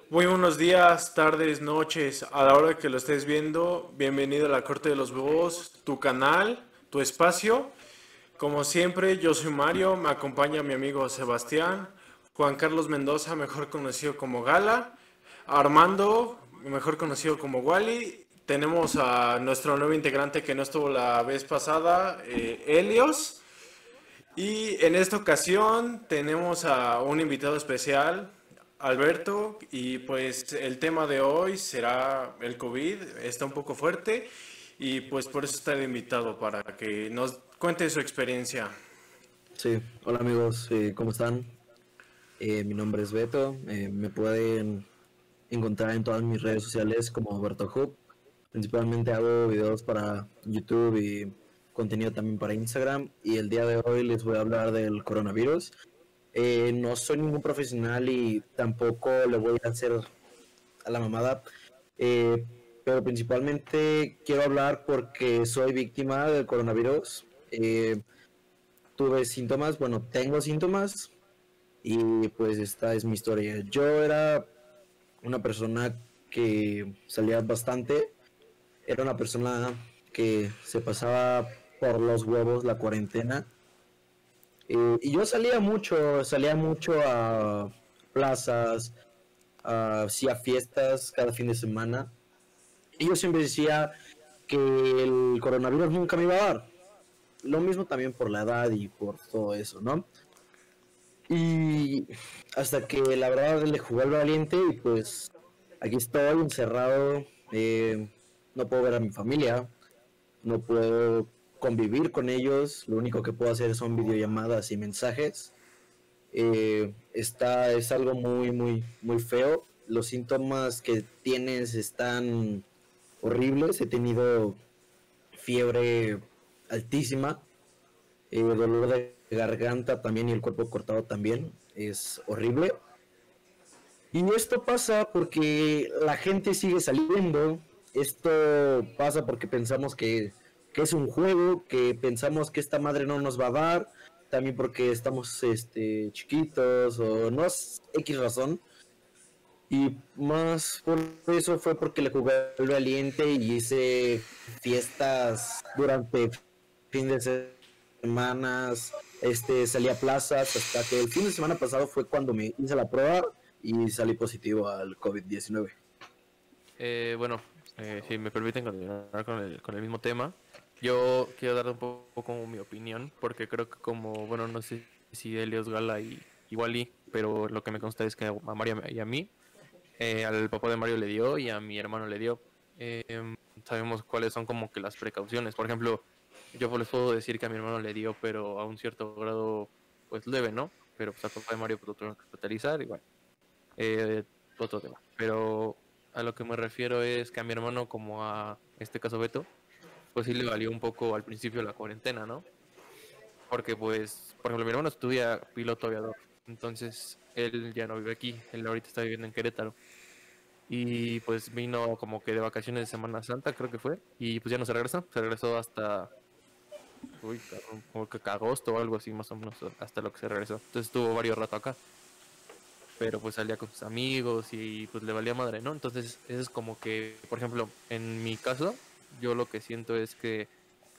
Muy buenos días, tardes, noches, a la hora que lo estés viendo. Bienvenido a la Corte de los Búhos, tu canal, tu espacio. Como siempre, yo soy Mario, me acompaña mi amigo Sebastián, Juan Carlos Mendoza, mejor conocido como Gala, Armando, mejor conocido como Wally. Tenemos a nuestro nuevo integrante que no estuvo la vez pasada, Helios. Y en esta ocasión tenemos a un invitado especial, Alberto, y pues el tema de hoy será el COVID, está un poco fuerte y pues por eso está el invitado, para que nos cuente su experiencia. Sí, hola amigos, ¿cómo están? Mi nombre es Beto, me pueden encontrar en todas mis redes sociales como Berto Hub. Principalmente hago videos para YouTube y contenido también para Instagram. Y el día de hoy les voy a hablar del coronavirus. No soy ningún profesional y tampoco le voy a hacer a la mamada, eh, pero principalmente quiero hablar porque soy víctima del coronavirus. Tuve síntomas, bueno, tengo síntomas. Y pues esta es mi historia. Yo era una persona que salía bastante, era una persona que se pasaba por los huevos la cuarentena. Y yo salía mucho a plazas, hacía fiestas cada fin de semana. Y yo siempre decía que el coronavirus nunca me iba a dar. Lo mismo también por la edad y por todo eso, ¿no? Y hasta que la verdad le jugué al valiente y pues aquí estoy encerrado, no puedo ver a mi familia, no puedo convivir con ellos, lo único que puedo hacer son videollamadas y mensajes. Es algo muy feo. Los síntomas que tienes están horribles. He tenido fiebre altísima, dolor de garganta también y el cuerpo cortado también. Es horrible. Y esto pasa porque la gente sigue saliendo. Esto pasa porque pensamos que es un juego, que pensamos que esta madre no nos va a dar, también porque estamos chiquitos o no es X razón. Y más por eso fue porque le jugué al valiente y hice fiestas durante fin de semanas, salí a plazas hasta que el fin de semana pasado fue cuando me hice la prueba y salí positivo al COVID-19. Bueno, si me permiten continuar con el mismo tema, yo quiero dar un poco como mi opinión, porque creo que como, bueno, no sé si Helios Gala y Wally, pero lo que me consta es que a Mario y a mí, al papá de Mario le dio y a mi hermano le dio. Sabemos cuáles son como que las precauciones. Por ejemplo, yo les puedo decir que a mi hermano le dio, pero a un cierto grado, pues leve, ¿no? Pero pues al papá de Mario pues, lo tuvieron que hospitalizar y bueno, eh, otro tema. Pero a lo que me refiero es que a mi hermano, como a este caso Beto, pues sí le valió un poco al principio la cuarentena, ¿no? Porque pues, por ejemplo, mi hermano estudia piloto aviador, entonces él ya no vive aquí, él ahorita está viviendo en Querétaro. Y pues vino como que de vacaciones de Semana Santa, creo que fue, y pues ya no se regresó hasta, uy, como que agosto o algo así, más o menos, hasta lo que se regresó. Entonces estuvo varios rato acá, pero pues salía con sus amigos y pues le valía madre, ¿no? Entonces eso es como que, por ejemplo, en mi caso, yo lo que siento es que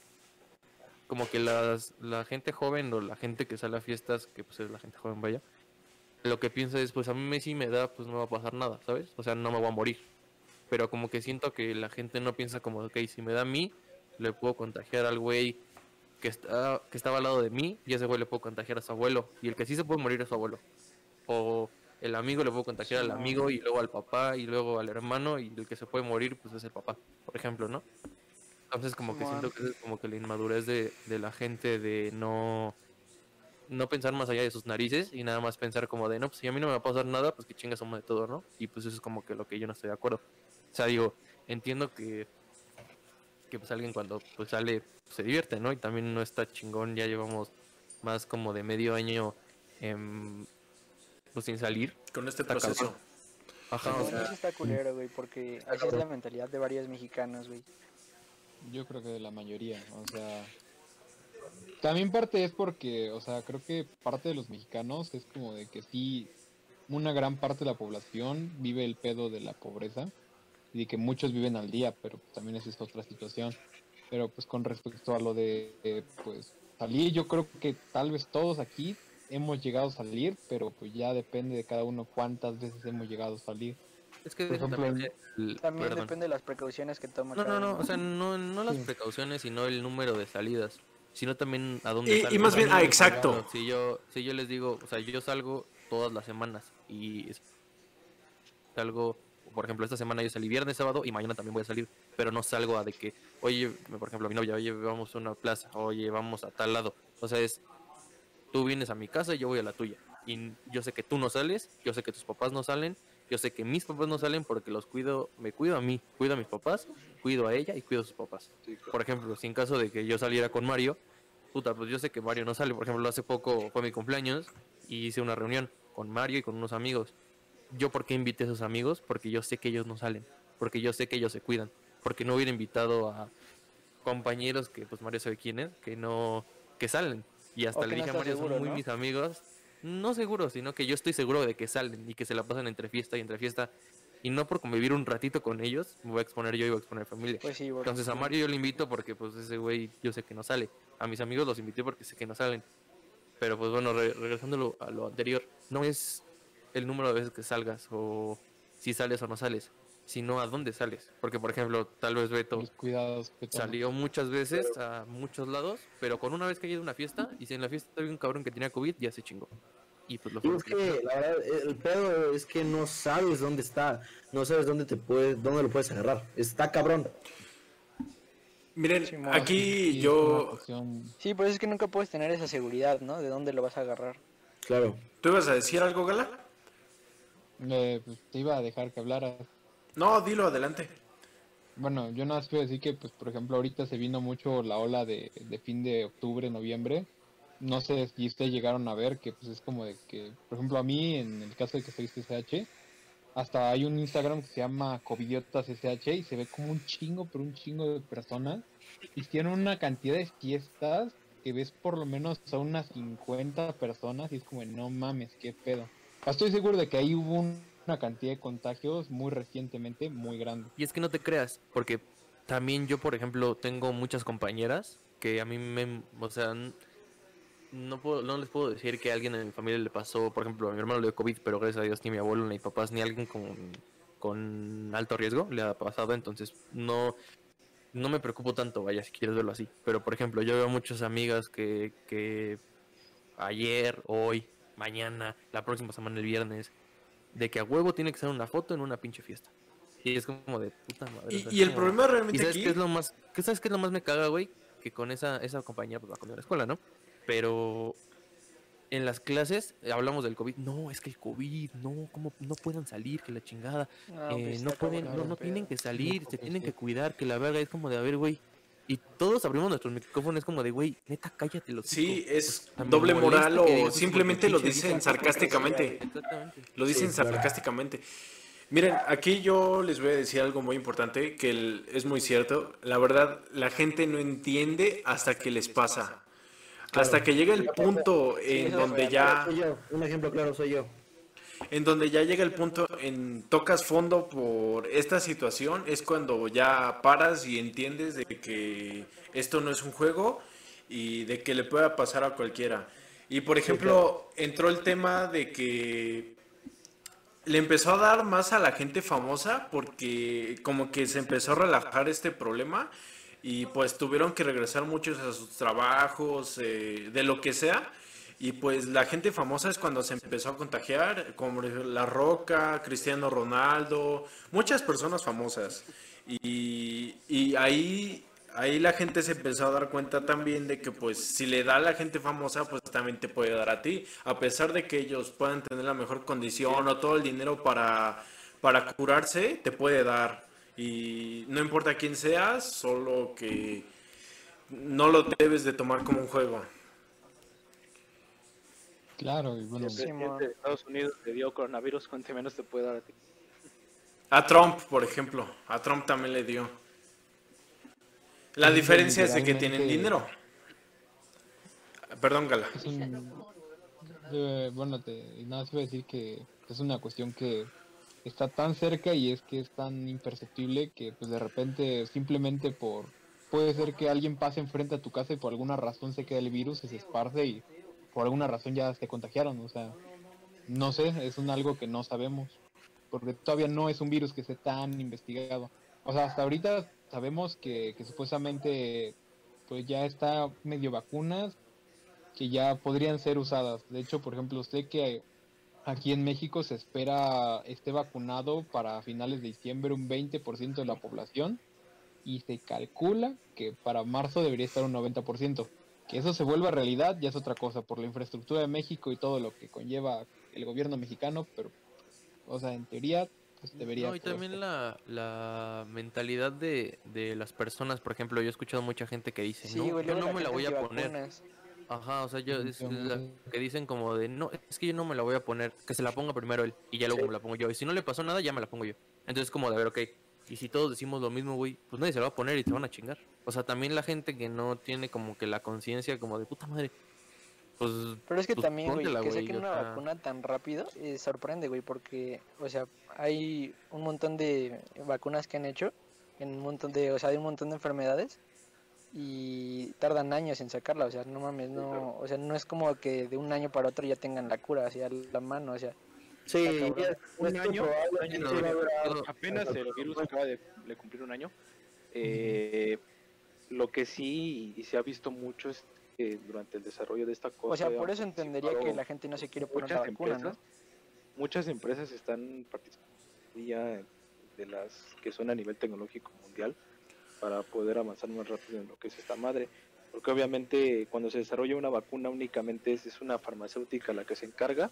como que la gente joven o la gente que sale a fiestas, que pues es la gente joven, vaya, lo que piensa es, pues a mí si me da, pues no va a pasar nada, ¿sabes? O sea, no me voy a morir. Pero como que siento que la gente no piensa como, ok, si me da a mí, le puedo contagiar al güey que estaba al lado de mí y ese güey le puedo contagiar a su abuelo. Y el que sí se puede morir es su abuelo. O el amigo le puedo contagiar al Simón. amigo y luego al papá y luego al hermano y el que se puede morir pues es el papá, por ejemplo, ¿no? Entonces como que siento Simón. que es como que la inmadurez de la gente de no pensar más allá de sus narices y nada más pensar como de, no, pues si a mí no me va a pasar nada, pues que chingas somos de todo, ¿no? Y pues eso es como que lo que yo no estoy de acuerdo. O sea, digo, entiendo que pues alguien cuando pues sale pues, se divierte, ¿no? Y también no está chingón, ya llevamos más como de medio año pues sin salir. Con este Está cabrón. proceso. Ajá, o Según yo sea, sí está culero, güey, porque está así es cabrón. la mentalidad de varios mexicanos, güey. Yo creo que de la mayoría, o sea, también parte es porque, o sea, creo que parte de los mexicanos es como de que sí, una gran parte de la población vive el pedo de la pobreza y de que muchos viven al día, pero pues, también esa es otra situación. Pero pues con respecto a lo de pues salir, yo creo que tal vez todos aquí hemos llegado a salir, pero pues ya depende de cada uno cuántas veces hemos llegado a salir. Es que Por eso ejemplo, también También perdón. depende de las precauciones que toma No, cada no, uno. o sea, no las Sí. precauciones, sino el número de salidas, sino también a dónde Y sales. más bien, Por exacto. ejemplo, si yo les digo, o sea, yo salgo todas las semanas y salgo, por ejemplo, esta semana yo salí viernes, sábado y mañana también voy a salir, pero no salgo a de que, oye, por ejemplo, a mi novia, oye, vamos a una plaza, oye, vamos a tal lado. O sea, es, tú vienes a mi casa y yo voy a la tuya. Y yo sé que tú no sales, yo sé que tus papás no salen, yo sé que mis papás no salen porque los cuido, me cuido a mí, cuido a mis papás, cuido a ella y cuido a sus papás. Por ejemplo, si en caso de que yo saliera con Mario, puta, pues yo sé que Mario no sale. Por ejemplo, hace poco fue mi cumpleaños y hice una reunión con Mario y con unos amigos. ¿Yo por qué invité a esos amigos? Porque yo sé que ellos no salen, porque yo sé que ellos se cuidan, porque no hubiera invitado a compañeros que pues Mario sabe quién es, que no, que salen. Y hasta O le que no dije a estás Mario, seguro, son muy ¿no? mis amigos, no seguro, sino que yo estoy seguro de que salen y que se la pasan entre fiesta y entre fiesta. Y no por convivir un ratito con ellos, me voy a exponer yo y voy a exponer familia. Pues sí, porque Entonces a Mario yo le invito porque pues ese güey yo sé que no sale. A mis amigos los invité porque sé que no salen. Pero pues bueno, regresando a lo anterior, no es el número de veces que salgas o si sales o no sales, sino a dónde sales. Porque por ejemplo, tal vez Beto los cuidados que toman. salió muchas veces a muchos lados, pero con una vez que haya ido a una fiesta y si en la fiesta había un cabrón que tenía COVID, ya se chingó. Y pues lo Y fue. es que, la verdad, el pedo es que no sabes dónde está, no sabes dónde lo puedes agarrar. Está cabrón. Miren, Simón. aquí Sí, es una yo... cuestión. sí, pues es que nunca puedes tener esa seguridad, ¿no? De dónde lo vas a agarrar. Claro. ¿Tú ibas a decir algo, Gala? Pues, te iba a dejar que hablaras. No, dilo, adelante. Bueno, yo nada más quiero decir que, pues, por ejemplo, ahorita se vino mucho la ola de fin de octubre, noviembre. No sé si ustedes llegaron a ver que, pues, es como de que, por ejemplo, a mí, en el caso de que soy CCH, hasta hay un Instagram que se llama Covidiotas SH y se ve como un chingo, pero un chingo de personas. Y tienen una cantidad de fiestas que ves por lo menos a unas 50 personas y es como, no mames, qué pedo. Estoy seguro de que ahí hubo una cantidad de contagios muy recientemente, muy grande. Y es que no te creas, porque también yo, por ejemplo, tengo muchas compañeras que a mí o sea, no les puedo decir que a alguien en mi familia le pasó, por ejemplo, a mi hermano le dio COVID, pero gracias a Dios ni mi abuelo, ni mis papás, ni alguien con alto riesgo le ha pasado, entonces no me preocupo tanto, vaya, si quieres verlo así. Pero, por ejemplo, yo veo muchas amigas que ayer, hoy, mañana, la próxima semana, el viernes, de que a huevo tiene que ser una foto en una pinche fiesta. Y es como de puta madre. o sea, Y es el como- problema ¿Y realmente sabes aquí... qué es lo más, sabes qué es lo más me caga, güey? Que con esa compañía pues va conmigo a la escuela, ¿no? Pero en las clases hablamos del COVID. No, es que el COVID, no, ¿cómo no pueden salir? Que la chingada. No, pues No está pueden, cabrón el no tienen pedo. que salir, se Creo que tienen sí. que cuidar, que la verga es como de, a ver, güey. Y todos abrimos nuestros micrófonos, es como de, güey, neta, cállate los Sí, es me doble molesta moral que o digas eso porque simplemente lo pinche dicen vieja, sarcásticamente. Exactamente. Lo dicen Sí, claro. sarcásticamente. Miren, aquí yo les voy a decir algo muy importante que es muy cierto. La verdad, la gente no entiende hasta que les pasa. Hasta que llega el punto Sí, en eso es donde real. ya... Soy yo, un ejemplo claro soy yo. En donde ya llega el punto en tocas fondo por esta situación, es cuando ya paras y entiendes de que esto no es un juego y de que le pueda pasar a cualquiera. Y por ejemplo, entró el tema de que le empezó a dar más a la gente famosa porque como que se empezó a relajar este problema y pues tuvieron que regresar muchos a sus trabajos, de lo que sea. Y pues la gente famosa es cuando se empezó a contagiar, como La Roca, Cristiano Ronaldo, muchas personas famosas. Y ahí la gente se empezó a dar cuenta también de que pues si le da a la gente famosa, pues también te puede dar a ti. A pesar de que ellos puedan tener la mejor condición o todo el dinero para curarse, te puede dar. Y no importa quién seas, solo que no lo debes de tomar como un juego. Claro, y Si bueno, el presidente Simón. de Estados Unidos le dio coronavirus, ¿cuánto menos te puede dar a ti? A Trump, por ejemplo, a Trump también le dio. La Sí, diferencia es de que tienen literalmente- dinero. Perdón, Gala. es un... bueno, nada más iba a decir que es una cuestión que está tan cerca y es que es tan imperceptible que pues de repente simplemente puede ser que alguien pase enfrente a tu casa y por alguna razón se queda el virus y se esparce y por alguna razón ya se contagiaron, o sea, no sé, algo que no sabemos, porque todavía no es un virus que esté tan investigado. O sea, hasta ahorita sabemos que supuestamente pues ya está medio vacunas que ya podrían ser usadas. De hecho, por ejemplo, sé que aquí en México se espera esté vacunado para finales de diciembre un 20% de la población y se calcula que para marzo debería estar un 90%. Que eso se vuelva realidad ya es otra cosa por la infraestructura de México y todo lo que conlleva el gobierno mexicano, pero, o sea, en teoría, pues debería No, y poder también ser. la mentalidad de las personas, por ejemplo, yo he escuchado mucha gente que dice, Sí, no, güey, yo luego no la me la gente voy a poner. antivacunas. Ajá, o sea, yo es la Definitivamente. que dicen como de, no, es que yo no me la voy a poner, que se la ponga primero él y ya luego me la pongo yo. Y si no le pasó nada, ya me la pongo yo. Entonces como de, a ver, ok, y si todos decimos lo mismo, güey, pues nadie se la va a poner y te van a chingar. O sea, también la gente que no tiene como que la conciencia como de puta madre, pues, Pero es que pues también, güey, póntela, que güey, saquen o una sea, vacuna tan rápido sorprende, güey, porque, o sea, hay un montón de vacunas que han hecho, en un montón de, o sea, de un montón de enfermedades y tardan años en sacarla, o sea, no mames, no, o sea, no es como que de un año para otro ya tengan la cura hacia la mano, o sea, está Sí, cabrón. Un esto año, probablemente pero va a durar. apenas el virus acaba de cumplir un año. Lo que sí y se ha visto mucho es que durante el desarrollo de esta O cosa sea, han por eso entendería que participado la gente no se quiere poner la muchas vacuna, empresas. ¿no? Muchas empresas están participando ya de las que son a nivel tecnológico mundial para poder avanzar más rápido en lo que es esta madre. Porque obviamente cuando se desarrolla una vacuna únicamente es una farmacéutica la que se encarga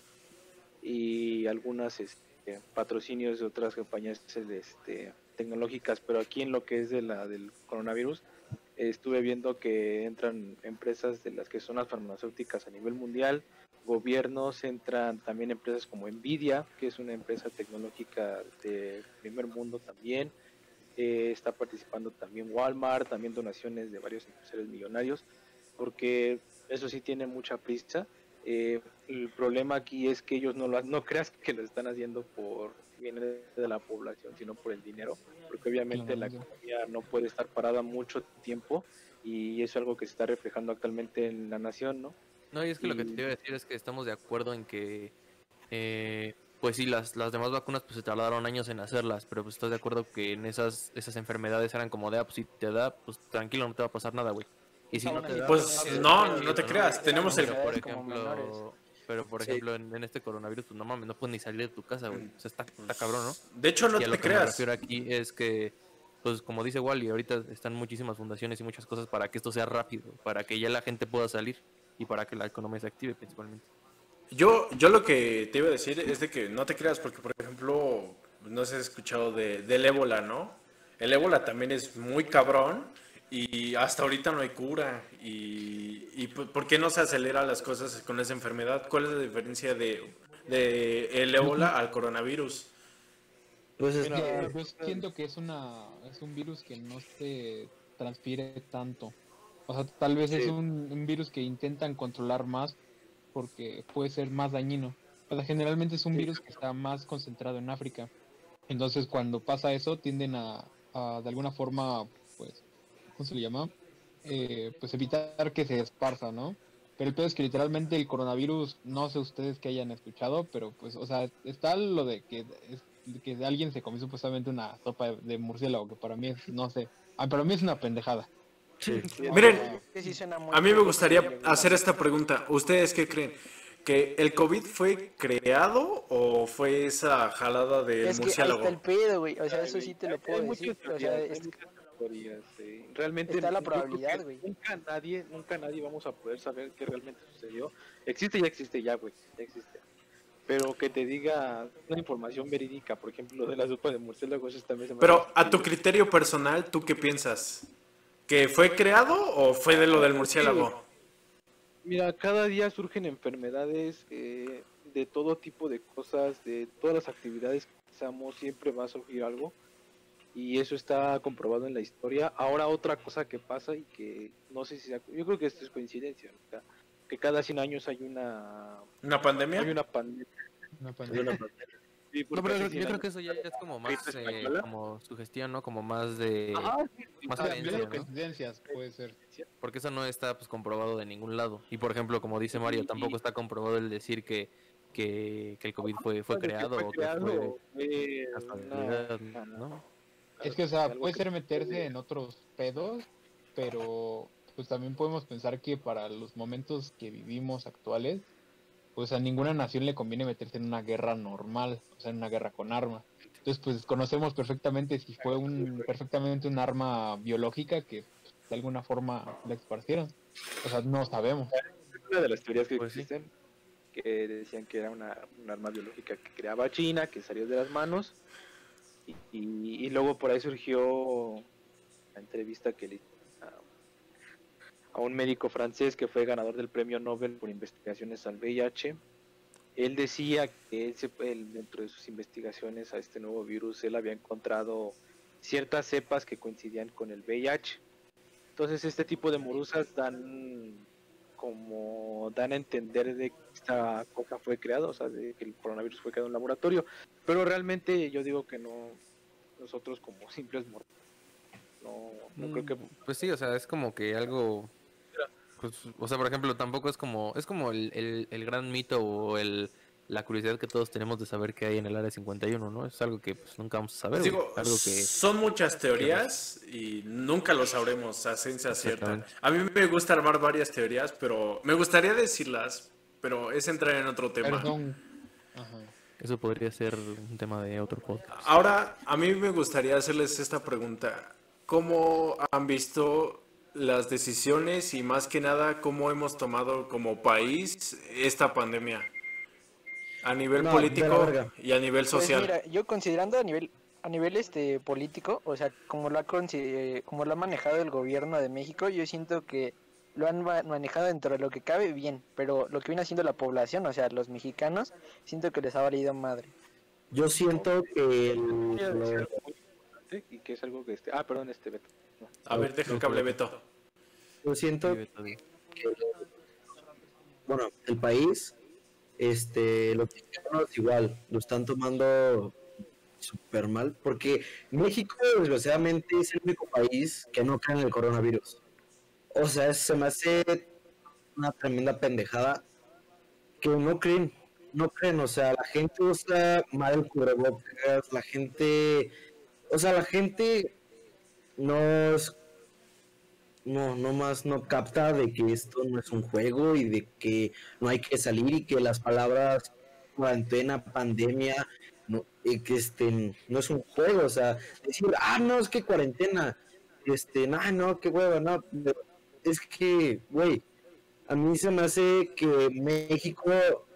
y algunas patrocinios de otras compañías tecnológicas, pero aquí en lo que es del coronavirus estuve viendo que entran empresas de las que son las farmacéuticas a nivel mundial, gobiernos, entran también empresas como Nvidia, que es una empresa tecnológica de primer mundo también, está participando también Walmart, también donaciones de varios empresarios millonarios, porque eso sí tiene mucha prisa. El problema aquí es que ellos no creas que lo están haciendo por bien de la población, sino por el dinero, porque obviamente la Claramente. economía no puede estar parada mucho tiempo y eso es algo que se está reflejando actualmente en la nación, ¿no? no, y es que lo que te Y iba a decir es que estamos de acuerdo en que pues sí, las demás vacunas pues se tardaron años en hacerlas, pero pues estás de acuerdo que en esas enfermedades eran como de, ah, pues si te da, pues tranquilo, no te va a pasar nada, güey. Y si Aún no te así da, también pues Pues es, no, qué no te chido, ¿no? creas, eran tenemos el... Pero por enfermedades como menores. Sí. ejemplo, en este coronavirus, pues no mames, no puedes ni salir de tu casa, güey. O sea, está cabrón, ¿no? De hecho, no Y a te lo que me creas. refiero aquí es que, pues como dice Wally, ahorita están muchísimas fundaciones y muchas cosas para que esto sea rápido, para que ya la gente pueda salir y para que la economía se active principalmente. Yo lo que te iba a decir es de que no te creas, porque por ejemplo, no sé si has escuchado del ébola, ¿no? El ébola también es muy cabrón y hasta ahorita no hay cura. ¿Por qué no se aceleran las cosas con esa enfermedad? ¿Cuál es la diferencia de el Yo, ébola al coronavirus? Pues es mira, que yo siento que es un virus que no se transfiere tanto. O sea, tal vez es sí, un virus que intentan controlar más porque puede ser más dañino. O sea, generalmente es un virus que está más concentrado en África. Entonces, cuando pasa eso, tienden a de alguna forma, pues, ¿cómo se le llama? Pues evitar que se esparza, ¿no? Pero el peor es que literalmente el coronavirus, no sé ustedes que hayan escuchado, pero pues, o sea, está lo de que alguien se comió supuestamente una sopa de murciélago, que para mí es, no sé, para mí es una pendejada. sí. sí, O Miren, sea, Que sí suena muy a mí me plausible, gustaría güey. hacer esta pregunta. ¿Ustedes qué creen? ¿Que el COVID fue creado o fue esa jalada del Es que ahí está el murciélago? pedo, güey. O sea, Ay, eso sí güey, te lo hay puedo muchas decir. O sea, teorías, hay muchas teorías. Realmente está la yo creo probabilidad, que güey. nunca nadie vamos a poder saber qué realmente sucedió. Existe ya, güey, ya existe. Pero que te diga una información verídica, por ejemplo, lo de la sopa de murciélagos, eso también se me hace Pero a tu increíble. criterio personal, ¿tú qué piensas? ¿Que fue creado o fue de lo del Sí, murciélago? mira, cada día surgen enfermedades de todo tipo de cosas, de todas las actividades que hacemos, siempre va a surgir algo. Y eso está comprobado en la historia. Ahora otra cosa que pasa y que no sé si yo creo que esto es coincidencia, ¿no? O sea, que cada 100 años ¿Una pandemia? hay una pandemia, Una Es pandemia. una pandemia. Sí, No, porque pero hace yo 100 creo años que eso ya es como gripe más, española. como sugestión, ¿no? Como más de, Ajá, sí, más O sea, creencia, medio ¿no? coincidencias puede ser. Porque eso no está pues comprobado de ningún lado. Y por ejemplo, como dice Mario, Y tampoco está comprobado el decir que el COVID fue de que creado fue o que fue creado fue casualidad, ¿no? Es que, o sea, algo puede que ser meterse en otros pedos, pero pues también podemos pensar que para los momentos que vivimos actuales, pues a ninguna nación le conviene meterse en una guerra normal, o sea, en una guerra con armas. Entonces, pues conocemos perfectamente si fue perfectamente un arma biológica que pues, de alguna forma la esparcieron. O sea, no sabemos. una de las teorías que Pues sí. existen, que decían que era un arma biológica que creaba China, que salió de las manos, y luego por ahí surgió la entrevista que le a un médico francés que fue ganador del premio Nobel por investigaciones al VIH. Él decía que él, dentro de sus investigaciones a este nuevo virus, él había encontrado ciertas cepas que coincidían con el VIH. Entonces este tipo de morusas dan a entender de que esta cosa fue creada, o sea, de que el coronavirus fue creado en un laboratorio. Pero realmente yo digo que no, nosotros como simples mortales, no creo que... Pues sí, o sea, es como que algo, pues, o sea, por ejemplo, tampoco es como el gran mito o la curiosidad que todos tenemos de saber qué hay en el área 51, ¿no? Es algo que pues nunca vamos a saber, güey. Digo, Algo que, son muchas teorías y nunca lo sabremos a ciencia cierta. Exactamente. A mí me gusta armar varias teorías, pero me gustaría decirlas, pero es entrar en otro Pero tema. son... Ajá. eso podría ser un tema de otro podcast. Ahora, a mí me gustaría hacerles esta pregunta. ¿Cómo han visto las decisiones y más que nada cómo hemos tomado como país esta pandemia? A nivel No, de la político verga. y a nivel Pues social. mira, yo considerando a nivel político, o sea, como lo ha manejado el gobierno de México, yo siento que lo han manejado dentro de lo que cabe bien, pero lo que viene haciendo la población, o sea, los mexicanos, siento que les ha valido madre. Yo siento que Quiero decir algo muy importante y que es algo que perdón, Beto. No. A ver, deja que hable Beto. yo siento Sí, Beto, di. que, bueno, el país, los mexicanos igual, lo están tomando súper mal, porque México, desgraciadamente, es el único país que no cree en el coronavirus. O sea, se me hace una tremenda pendejada que no creen, o sea, la gente usa mal el cubrebocas, la gente no es, no más no capta de que esto no es un juego y de que no hay que salir y que las palabras cuarentena, pandemia, no, y que no es un juego, o sea, decir, no, es que cuarentena, no, qué hueva, no, pero es que, güey, a mí se me hace que México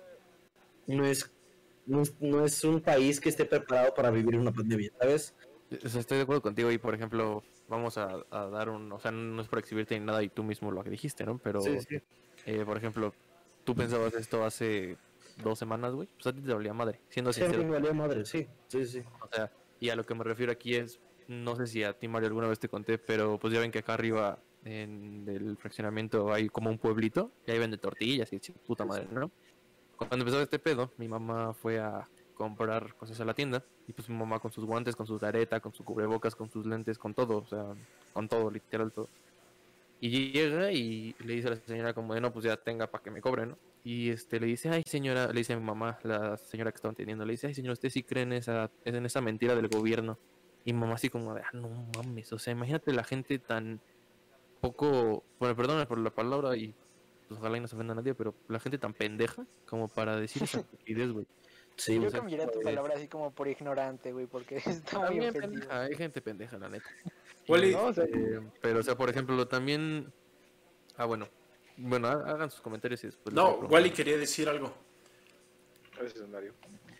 no es, no es un país que esté preparado para vivir una pandemia, ¿sabes? O sea, estoy de acuerdo contigo y, por ejemplo, vamos a dar o sea, no es por exhibirte ni nada y tú mismo lo dijiste, ¿no? Pero, Sí. por ejemplo, tú pensabas esto hace 2 semanas, güey, pues a ti te dolía madre, siendo Sí, a mí sincero. me valía madre, sí. O sea, y a lo que me refiero aquí es, no sé si a ti, Mario, alguna vez te conté, pero pues ya ven que acá arriba en el fraccionamiento hay como un pueblito y ahí vende tortillas y puta madre, ¿no? Cuando empezó este pedo, mi mamá fue a comprar cosas a la tienda y pues mi mamá con sus guantes, con su careta, con su cubrebocas, con sus lentes, con todo, o sea, con todo, literal todo. Y llega y le dice a la señora como de, no, pues ya tenga para que me cobre, ¿no? Y le dice, ay señora, le dice a mi mamá, la señora que estaba atendiendo, le dice, ay señora, usted sí cree en esa mentira del gobierno. Y mi mamá así como de, no mames, o sea, imagínate la gente tan poco, bueno, perdona por la palabra y pues ojalá y no se ofenda a nadie, pero la gente tan pendeja como para decir esa estupidez, güey. Sí, Yo o sea, cambiaría tu palabra así como por ignorante, güey, porque está muy También ofensivo. pendeja, hay gente pendeja, la neta. Wally, No, o sea, Pero, o sea, por ejemplo, también... bueno, hagan sus comentarios y después... les no, voy a preguntar. Wally quería decir algo. gracias, Mario.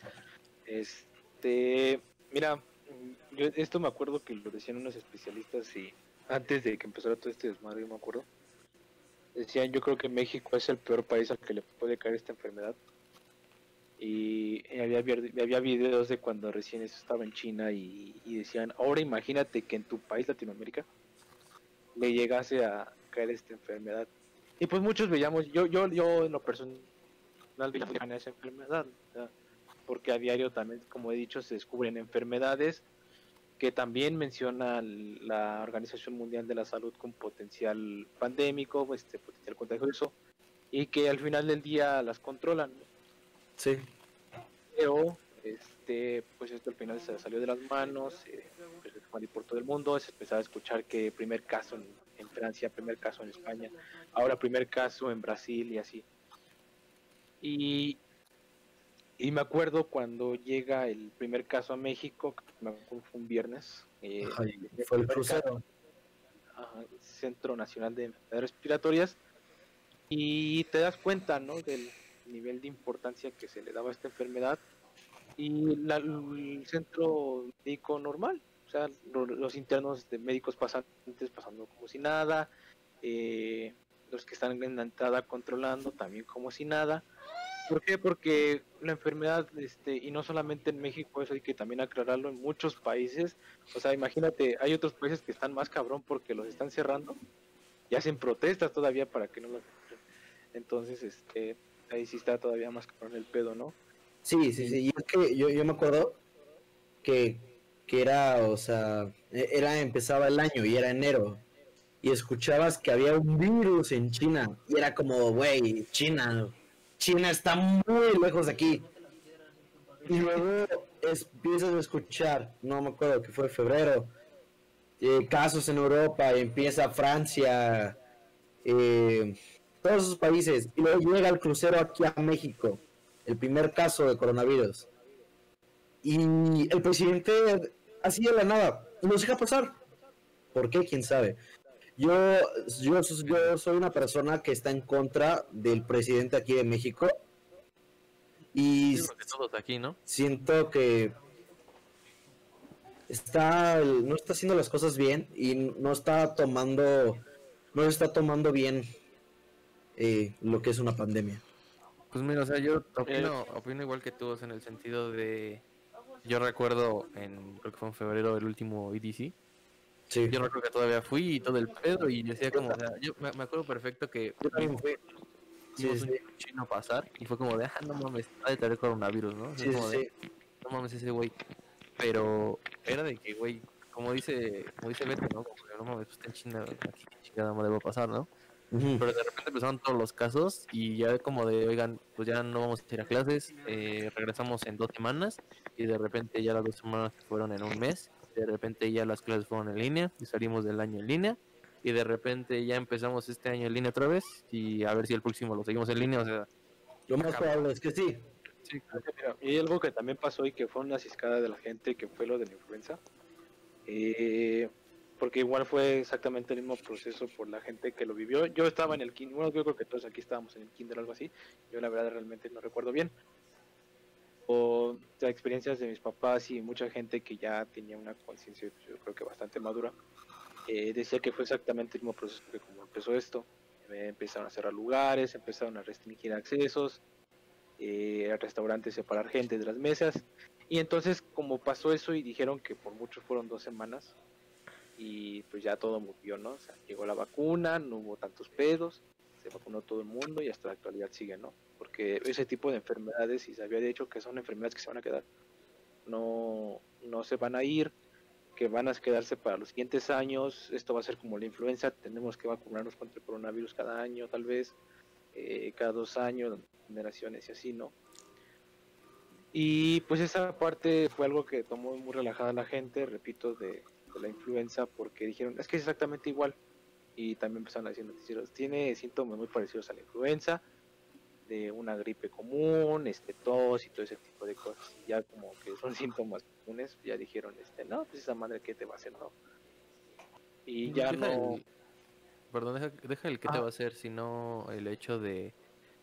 Mira, yo esto me acuerdo que lo decían unos especialistas y antes de que empezara todo este desmadre, yo me acuerdo. Decían, yo creo que México es el peor país al que le puede caer esta enfermedad. Y había videos de cuando recién eso estaba en China y decían, ahora imagínate que en tu país, Latinoamérica, le llegase a caer esta enfermedad. Y pues muchos veíamos, yo en lo personal veía esa enfermedad. O sea, porque a diario también, como he dicho, se descubren enfermedades que también menciona la Organización Mundial de la Salud con potencial pandémico, potencial contagioso, y que al final del día las controlan, ¿no? Sí. Pero pues esto al final se salió de las manos, empezó a expandir por todo el mundo, se empezaba a escuchar que primer caso en Francia, primer caso en España, ahora primer caso en Brasil y así. Y me acuerdo cuando llega el primer caso a México, que me acuerdo fue un viernes, Ajá, fue el crucero. Centro Nacional de Enfermedades Respiratorias, y te das cuenta, ¿no?, del nivel de importancia que se le daba a esta enfermedad, y el centro médico normal, o sea, los internos de médicos pasantes pasando como si nada, los que están en la entrada controlando también como si nada. ¿Por qué? Porque la enfermedad, y no solamente en México, eso hay que también aclararlo, en muchos países, o sea, imagínate, hay otros países que están más cabrón porque los están cerrando y hacen protestas todavía para que no los cierren. Entonces, ahí sí está todavía más cabrón el pedo, ¿no? Sí, sí, sí. Y es que yo me acuerdo que era, o sea, empezaba el año y era enero. Y escuchabas que había un virus en China. Y era como, güey, China está muy lejos de aquí. Y luego empiezas a escuchar, no me acuerdo que fue febrero, casos en Europa, y empieza Francia, todos esos países. Y luego llega el crucero aquí a México, el primer caso de coronavirus. Y el presidente, así de la nada, nos deja pasar. ¿Por qué? ¿Quién sabe? Yo soy una persona que está en contra del presidente aquí de México. Y Yo creo que todos aquí, ¿no? siento que no está haciendo las cosas bien y no está tomando bien lo que es una pandemia. Pues mira, o sea, yo opino igual que tú, o sea, en el sentido de... Yo recuerdo creo que fue en febrero el último EDC. Sí. Yo recuerdo que todavía fui y todo el pedo y decía como, o sea, yo me acuerdo perfecto que vimos un chino pasar y fue como de, no mames, ha de tener coronavirus, ¿no? O sea, Sí, como sí, de, no mames ese güey. Pero era de que, güey, como dice Beto, ¿no? Como que, no mames, pues está en China, aquí chingada madre va a pasar, ¿no? Pero de repente empezaron todos los casos y ya como de, oigan, pues ya no vamos a ir a clases, regresamos en 2 semanas y de repente ya las 2 semanas se fueron en un mes, de repente ya las clases fueron en línea y salimos del año en línea y de repente ya empezamos este año en línea otra vez y a ver si el próximo lo seguimos en línea, o sea... Lo más probable es que sí. Sí, Mira, y algo que también pasó y que fue una ciscada de la gente, que fue lo de la influenza, porque igual fue exactamente el mismo proceso por la gente que lo vivió. Yo estaba en el kinder, bueno, yo creo que todos aquí estábamos en el kinder o algo así, yo la verdad realmente no recuerdo bien, o las experiencias de mis papás y mucha gente que ya tenía una conciencia, yo creo que bastante madura, decía que fue exactamente el mismo proceso que como empezó esto. Empezaron a cerrar lugares, empezaron a restringir accesos, a restaurantes separar gente de las mesas, y entonces como pasó eso y dijeron que por mucho fueron 2 semanas y pues ya todo murió, ¿no? O sea, llegó la vacuna, no hubo tantos pedos, se vacunó todo el mundo y hasta la actualidad sigue, ¿no? Porque ese tipo de enfermedades, y se había dicho que son enfermedades que se van a quedar, no se van a ir, que van a quedarse para los siguientes años. Esto va a ser como la influenza, tenemos que vacunarnos contra el coronavirus cada año, tal vez, cada 2 años, generaciones y así, ¿no? Y pues esa parte fue algo que tomó muy relajada la gente, repito, de la influenza, porque dijeron, es que es exactamente igual. Y también empezaron a decir noticieros, tiene síntomas muy parecidos a la influenza, de una gripe común, tos y todo ese tipo de cosas. Y ya como que son síntomas comunes, ya dijeron, no, pues esa madre, ¿qué te va a hacer? No. Y ya no... Perdón, deja el que te va a hacer, sino el hecho de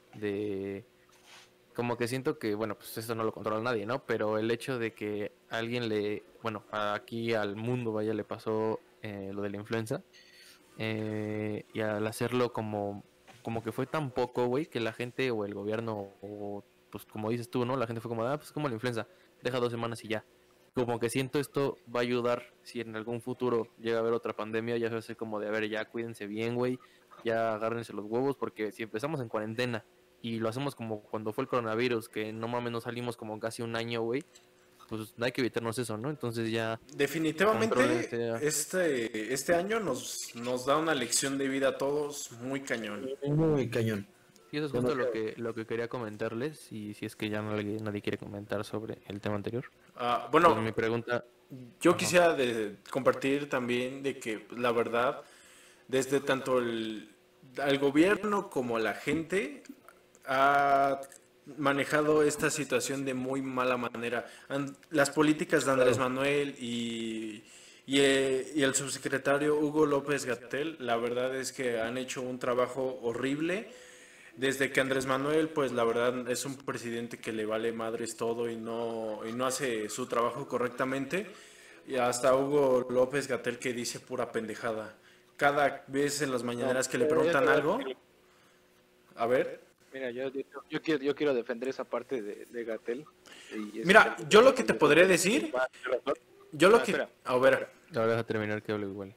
como que siento que, bueno, pues eso no lo controla nadie, ¿no? Pero el hecho de que alguien bueno, aquí al mundo, vaya, le pasó lo de la influenza, y al hacerlo como que fue tan poco, güey, que la gente o el gobierno, o pues como dices tú, ¿no? La gente fue como, pues como la influenza, deja 2 semanas y ya. Como que siento esto va a ayudar si en algún futuro llega a haber otra pandemia, ya se hace como de, a ver, ya cuídense bien, güey, ya agárrense los huevos, porque si empezamos en cuarentena y lo hacemos como cuando fue el coronavirus, que no mames, no salimos como casi un año, güey, pues hay que evitarnos eso, ¿no? Entonces ya Definitivamente contrólense. este año nos da una lección de vida a todos muy cañón. Muy cañón. Y eso es justo lo que quería comentarles, y si es que ya nadie quiere comentar sobre el tema anterior. Bueno, Pues mi pregunta, yo ajá. quisiera compartir también de que la verdad, desde tanto al gobierno como la gente, ha manejado esta situación de muy mala manera. Las políticas de Andrés Manuel y el subsecretario Hugo López Gatell, la verdad es que han hecho un trabajo horrible. Desde que Andrés Manuel, pues la verdad es un presidente que le vale madres todo y no hace su trabajo correctamente. Y hasta Hugo López Gatell que dice pura pendejada. Cada vez en las mañaneras que le preguntan algo, a ver. Mira, yo quiero defender esa parte de Gatell. Mira, yo lo que te podré decir, yo lo que... Espera. A ver, Ahora deja terminar que hable igual.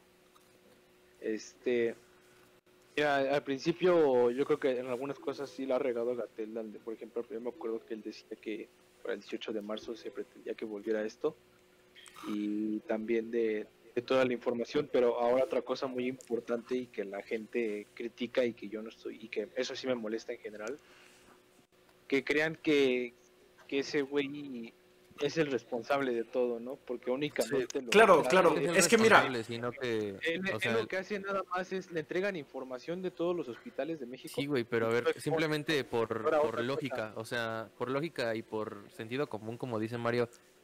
Mira, al principio yo creo que en algunas cosas sí la ha regado Gatell. Por ejemplo, yo me acuerdo que él decía que para el 18 de marzo se pretendía que volviera esto. Y también de toda la información, pero ahora otra cosa muy importante y que la gente critica y que yo no estoy, y que eso sí me molesta en general, que crean que ese güey es el responsable de todo, ¿no? Porque únicamente claro, que claro, hace- es que mira, responsable, sino que, él, o él sea, lo que hace nada más es le entregan información de todos los hospitales de México. sí, güey, pero a ver, simplemente Ahora, por otra lógica, o sea, por lógica y por sentido común, como dice Mario,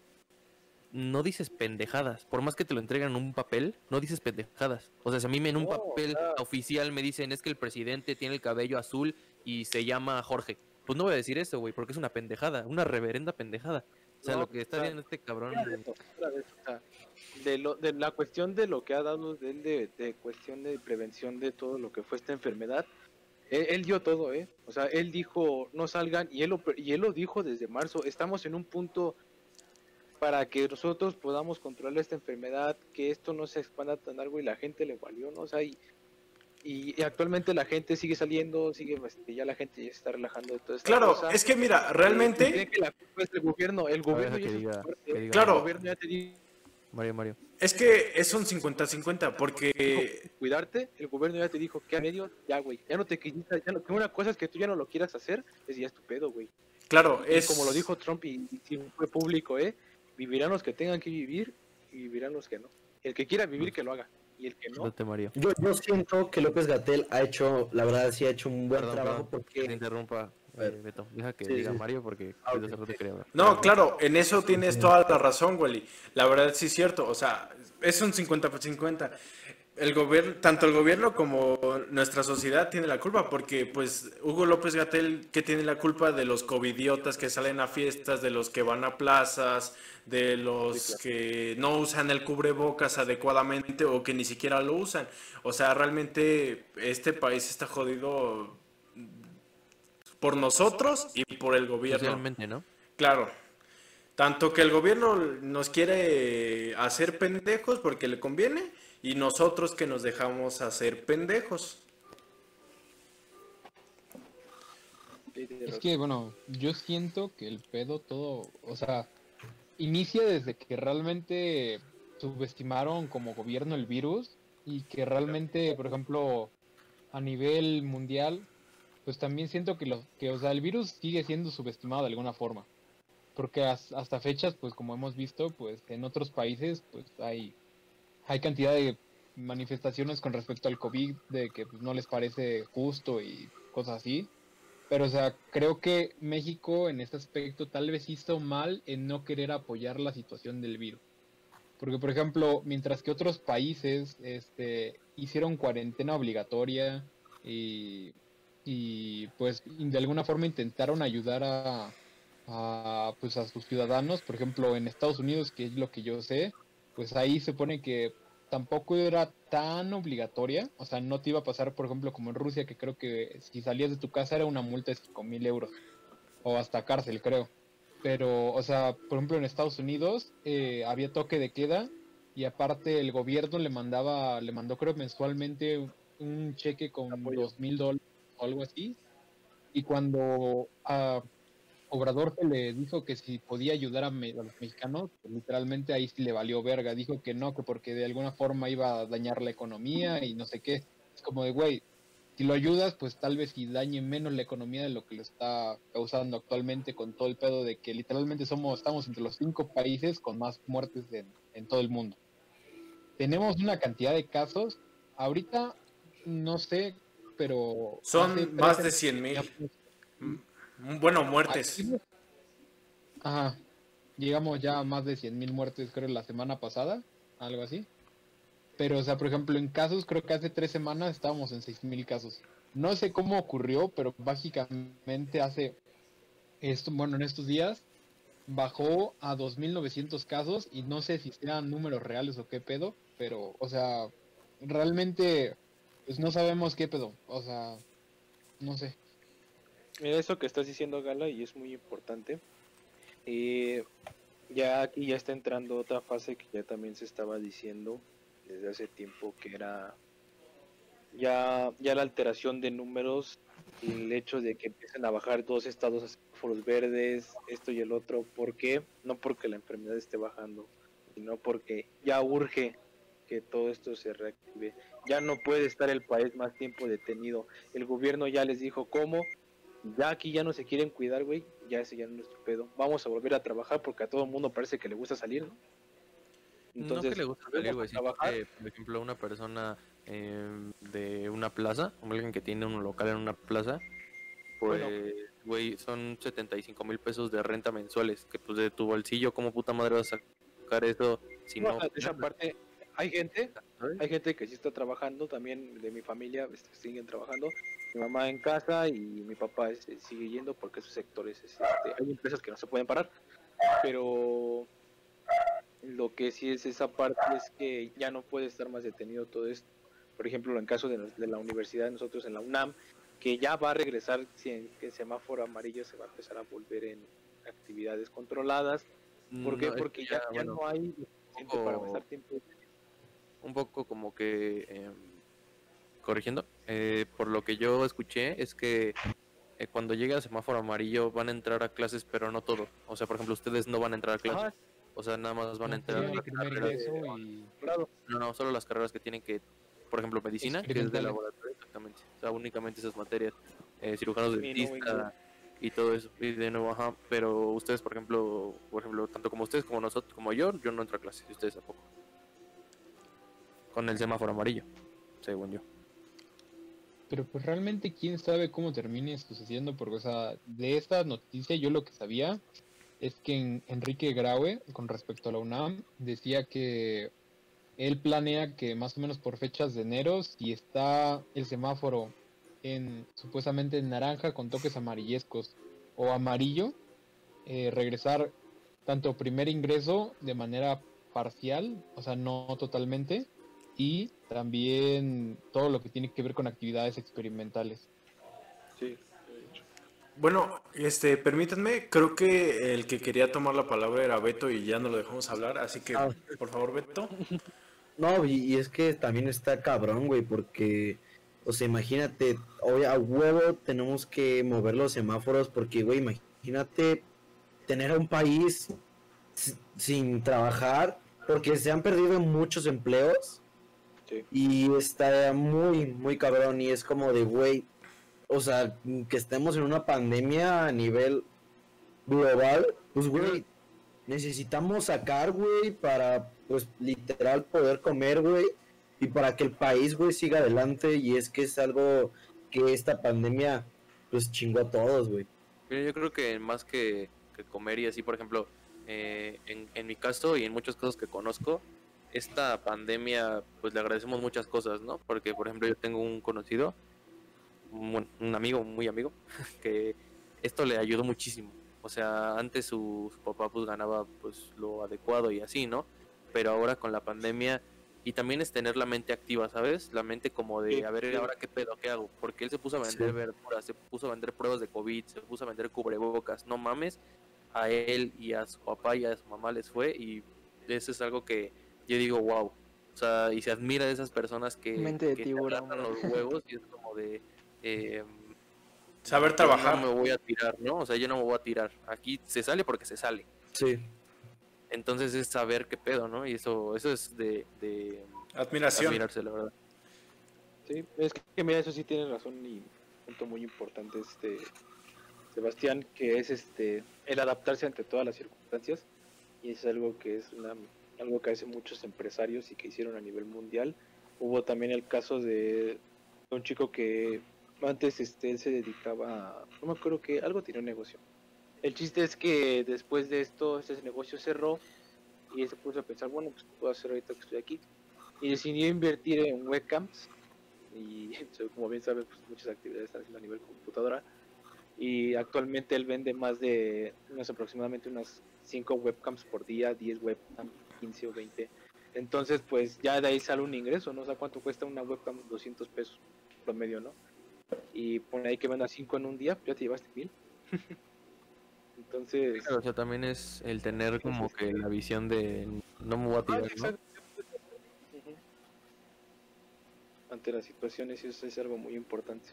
no dices pendejadas. Por más que te lo entregan en un papel, no dices pendejadas. O sea, si a mí en un No, papel claro. oficial me dicen es que el presidente tiene el cabello azul y se llama Jorge, pues no voy a decir eso, güey, porque es una pendejada, una reverenda pendejada. O sea, No, lo que está o sea, haciendo este cabrón... fuera de eso, o sea, de la cuestión de lo que ha dado de él de cuestión de prevención de todo lo que fue esta enfermedad, él dio todo, o sea, él dijo no salgan y él lo dijo desde marzo. Estamos en un punto para que nosotros podamos controlar esta enfermedad, que esto no se expanda tan largo, y la gente le valió, ¿no? O sea, y actualmente la gente sigue saliendo, ya la gente ya se está relajando de toda esta claro, cosa. es que mira, Y realmente, creen que la culpa es del gobierno, el gobierno ya que hizo diga, su parte, que diga Claro. el gobierno ya te dijo Mario. es que es un 50-50 porque, cuidarte, el gobierno ya te dijo que a medio, ya güey, ya no te quitas, ya no, que una cosa es que tú ya no lo quieras hacer, es ya es tu pedo, güey. claro, Y es... como lo dijo Trump y sí fue público, vivirán los que tengan que vivir y vivirán los que no. El que quiera vivir que lo haga, y el que no, Date, Mario. Yo siento que López Gatell ha hecho, la verdad, sí ha hecho un buen trabajo Que te porque... interrumpa, A ver. Beto. Deja que Sí, diga sí. Mario porque Ah, desde hace ok. rato quería hablar. No, claro, en eso tienes toda la razón, Wally. La verdad sí es cierto, o sea, es un 50-50. El gobierno, tanto el gobierno como nuestra sociedad tiene la culpa, porque pues Hugo López Gatell, que tiene la culpa de los covidiotas que salen a fiestas, de los que van a plazas, de los que no usan el cubrebocas adecuadamente o que ni siquiera lo usan. O sea, realmente este país está jodido por nosotros y por el gobierno. Socialmente, ¿no? Claro. Tanto que el gobierno nos quiere hacer pendejos porque le conviene y nosotros que nos dejamos hacer pendejos. Es que, bueno, yo siento que el pedo todo, o sea, inicia desde que realmente subestimaron como gobierno el virus y que realmente, por ejemplo, a nivel mundial, pues también siento que, o sea, el virus sigue siendo subestimado de alguna forma. Porque hasta fechas, pues como hemos visto, pues en otros países, pues hay cantidad de manifestaciones con respecto al COVID, de que pues, no les parece justo y cosas así. Pero, o sea, creo que México en este aspecto tal vez hizo mal en no querer apoyar la situación del virus. Porque, por ejemplo, mientras que otros países hicieron cuarentena obligatoria y pues de alguna forma intentaron ayudar pues, a sus ciudadanos, por ejemplo, en Estados Unidos, que es lo que yo sé, pues ahí se pone que tampoco era tan obligatoria, o sea, no te iba a pasar, por ejemplo, como en Rusia, que creo que si salías de tu casa era una multa de 5,000 euros, o hasta cárcel, creo. Pero, o sea, por ejemplo, en Estados Unidos había toque de queda y aparte el gobierno le mandó creo mensualmente un cheque con Apoyo. $2,000 o algo así. Y cuando a Obrador se le dijo que si podía ayudar a los mexicanos, pues literalmente ahí sí le valió verga. Dijo que no, que porque de alguna forma iba a dañar la economía y no sé qué. Es como de, güey, si lo ayudas, pues tal vez si dañe menos la economía de lo que lo está causando actualmente con todo el pedo de que literalmente estamos entre los 5 países con más muertes en todo el mundo. Tenemos una cantidad de casos. Ahorita, no sé, pero hace Son 3 más de semanas 100,000. teníamos- Bueno, aquí, muertes. ajá, llegamos ya a más de 100.000 muertes, creo, la semana pasada, algo así. Pero, o sea, por ejemplo, en casos, creo que hace 3 semanas estábamos en 6.000 casos. No sé cómo ocurrió, pero básicamente bueno, en estos días bajó a 2.900 casos y no sé si sean números reales o qué pedo, pero, o sea, realmente, pues no sabemos qué pedo, o sea, no sé. Mira, eso que estás diciendo, Gala, y es muy importante. Eh, ya aquí ya está entrando otra fase que ya también se estaba diciendo desde hace tiempo, que era ya la alteración de números y el hecho de que empiecen a bajar 2 estados a semáforos verdes, esto y el otro. ¿Por qué? No porque la enfermedad esté bajando, sino porque ya urge que todo esto se reactive. Ya no puede estar el país más tiempo detenido. El gobierno ya les dijo cómo. Ya aquí ya no se quieren cuidar, güey. Ya ese ya no es nuestro pedo. Vamos a volver a trabajar porque a todo el mundo parece que le gusta salir, ¿no? No que Entonces, le gusta salir, volvemos güey, a sino trabajar. que, por ejemplo, una persona de una plaza, como alguien que tiene un local en una plaza, Bueno, pues, güey, son 75,000 pesos de renta mensuales, que pues de tu bolsillo, ¿cómo puta madre vas a sacar eso si no, no de esa ganas, parte, hay gente, ¿sabes? hay gente que sí está trabajando, también de mi familia siguen trabajando. Mi mamá en casa y mi papá sigue yendo porque esos sectores, hay empresas que no se pueden parar, pero lo que sí es esa parte es que ya no puede estar más detenido todo esto. Por ejemplo, en caso de la universidad, nosotros en la UNAM, que ya va a regresar, si en que el semáforo amarillo se va a empezar a volver en actividades controladas. ¿Por qué? No, es que Porque ya, ya bueno, no hay lo un suficiente para pasar poco, tiempo. un poco como que, corrigiendo, por lo que yo escuché, es que cuando llegue a semáforo amarillo van a entrar a clases, pero no todos. O sea, por ejemplo, ustedes no van a entrar a clases. Ajá, O sea, nada más van a No, entrar a sería el las primer carreras ingreso y claro. no, no, solo las carreras que tienen que, por ejemplo, medicina, que es de experimentales. laboratorio, exactamente. O sea, únicamente esas materias, cirujanos Mi nuevo ingreso. dentista y todo eso. Y de nuevo, ajá, pero ustedes, por ejemplo, tanto como ustedes como nosotros, como yo no entro a clases, y ustedes tampoco. Con el semáforo amarillo, según yo. Pero pues realmente quién sabe cómo termine sucediendo, porque, o sea, de esta noticia yo lo que sabía es que Enrique Graue, con respecto a la UNAM, decía que él planea que más o menos por fechas de enero, si está el semáforo supuestamente en naranja con toques amarillescos o amarillo, regresar tanto primer ingreso de manera parcial, o sea, no totalmente, y también todo lo que tiene que ver con actividades experimentales. Sí. Bueno, permítanme, creo que el que quería tomar la palabra era Beto y ya no lo dejamos hablar, así que, Ah, por favor, Beto. no, y es que también está cabrón, güey, porque, o sea, imagínate, hoy a huevo tenemos que mover los semáforos porque, güey, imagínate tener a un país sin trabajar porque se han perdido muchos empleos Sí. y está muy, muy cabrón y es como de, güey, o sea, que estemos en una pandemia a nivel global, pues, güey, necesitamos sacar, güey, para, pues, literal poder comer, güey, y para que el país, güey, siga adelante. Y es que es algo que esta pandemia, pues, chingó a todos, güey. Mira, yo creo que más que comer y así, por ejemplo, en mi caso y en muchos casos que conozco, esta pandemia, pues le agradecemos muchas cosas, ¿no? Porque, por ejemplo, yo tengo un conocido, un amigo, muy amigo, que esto le ayudó muchísimo. O sea, antes su papá pues ganaba pues lo adecuado y así, ¿no? Pero ahora con la pandemia y también es tener la mente activa, ¿sabes? La mente como de, Sí, a ver, sí. ahora qué pedo, qué hago, porque él se puso a Sí. vender verduras, se puso a vender pruebas de COVID, se puso a vender cubrebocas, no mames, a él y a su papá y a su mamá les fue y eso es algo que yo digo, wow. O sea, y se admira de esas personas Mente de que se tiburón, agarran bro. los huevos y es como de, eh, Saber yo trabajar. no me voy a tirar, ¿no? O sea, yo no me voy a tirar. Aquí se sale porque se sale. Sí, Entonces es saber qué pedo, ¿no? Y eso es de Admiración. admirarse, la verdad. Sí, es que mira, eso sí tiene razón y un punto muy importante, Sebastián, que es el adaptarse ante todas las circunstancias, y es algo que algo que hacen muchos empresarios y que hicieron a nivel mundial. Hubo también el caso de un chico que antes él se dedicaba no me acuerdo que algo tenía un negocio. El chiste es que después de esto ese negocio cerró y él se puso a pensar, bueno, pues ¿qué puedo hacer ahorita que estoy aquí? Y decidió invertir en webcams y como bien sabes, pues muchas actividades están haciendo a nivel computadora, y actualmente él vende más de aproximadamente unas 5 webcams por día, 10 webcams, 15 o 20. Entonces pues ya de ahí sale un ingreso, ¿no? O sea, ¿cuánto cuesta una webcam? 200 pesos promedio, ¿no? Y pone ahí que venda 5 en un día, pues ya te llevaste 1000. Entonces, Claro, o sea, también es el tener como que la visión de no me voy a tirar, ¿no? exacto. Ujú. Ante las situaciones eso es algo muy importante.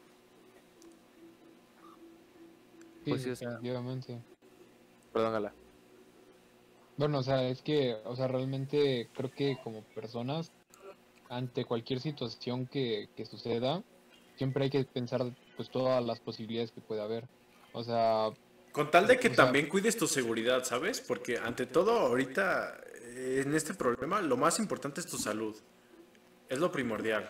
Sí, Pues sí, o sea, definitivamente. perdón, Gala. Bueno, o sea, es que, o sea, realmente creo que como personas, ante cualquier situación que suceda, siempre hay que pensar pues todas las posibilidades que puede haber. O sea, Con tal de que o sea, también cuides tu seguridad, ¿sabes? Porque ante todo, ahorita, en este problema, lo más importante es tu salud. Es lo primordial.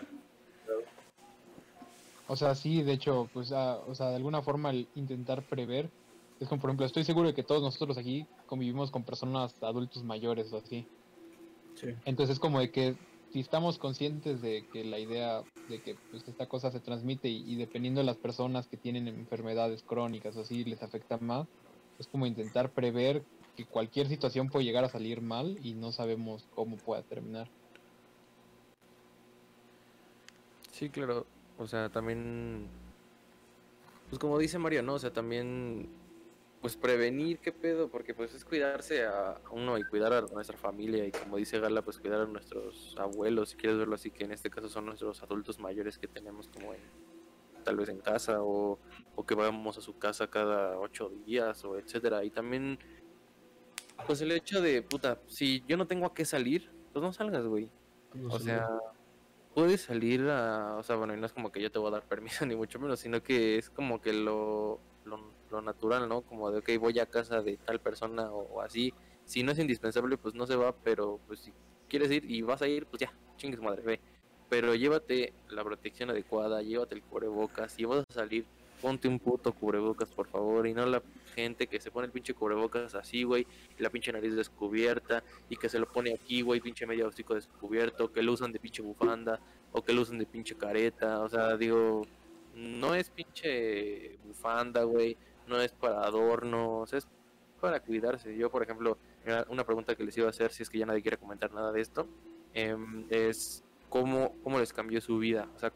o sea, sí, de hecho, pues, o sea, de alguna forma el intentar prever, es como, por ejemplo, estoy seguro de que todos nosotros aquí convivimos con personas adultos mayores o así. sí. Entonces es como de que si estamos conscientes de que la idea de que pues esta cosa se transmite y dependiendo de las personas que tienen enfermedades crónicas o así les afecta más, es como intentar prever que cualquier situación puede llegar a salir mal y no sabemos cómo pueda terminar. Sí, claro. O sea, también, pues como dice Mario, ¿no? O sea, también, pues prevenir, ¿qué pedo? Porque pues es cuidarse a uno y cuidar a nuestra familia y como dice Gala, pues cuidar a nuestros abuelos, si quieres verlo así, que en este caso son nuestros adultos mayores que tenemos como tal vez en casa o que vamos a su casa cada 8 días o etcétera. Y también, pues el hecho de, puta, si yo no tengo a qué salir, pues no salgas, güey. No O sé, sea, puedes salir o sea, bueno, y no es como que yo te voy a dar permiso ni mucho menos, sino que es como que lo natural, ¿no? Como de, ok, voy a casa de tal persona o así. Si no es indispensable, pues no se va, pero pues si quieres ir y vas a ir, pues ya, chingues madre, ve. Pero llévate la protección adecuada, llévate el cubrebocas, si vas a salir, ponte un puto cubrebocas, por favor, y no la gente que se pone el pinche cubrebocas así, güey, y la pinche nariz descubierta, y que se lo pone aquí, güey, pinche medio hocico descubierto, que lo usan de pinche bufanda, o que lo usen de pinche careta, o sea, digo, no es pinche bufanda, güey, no es para adornos, es para cuidarse. Yo, por ejemplo, una pregunta que les iba a hacer, si es que ya nadie quiere comentar nada de esto, es cómo les cambió su vida, o sea,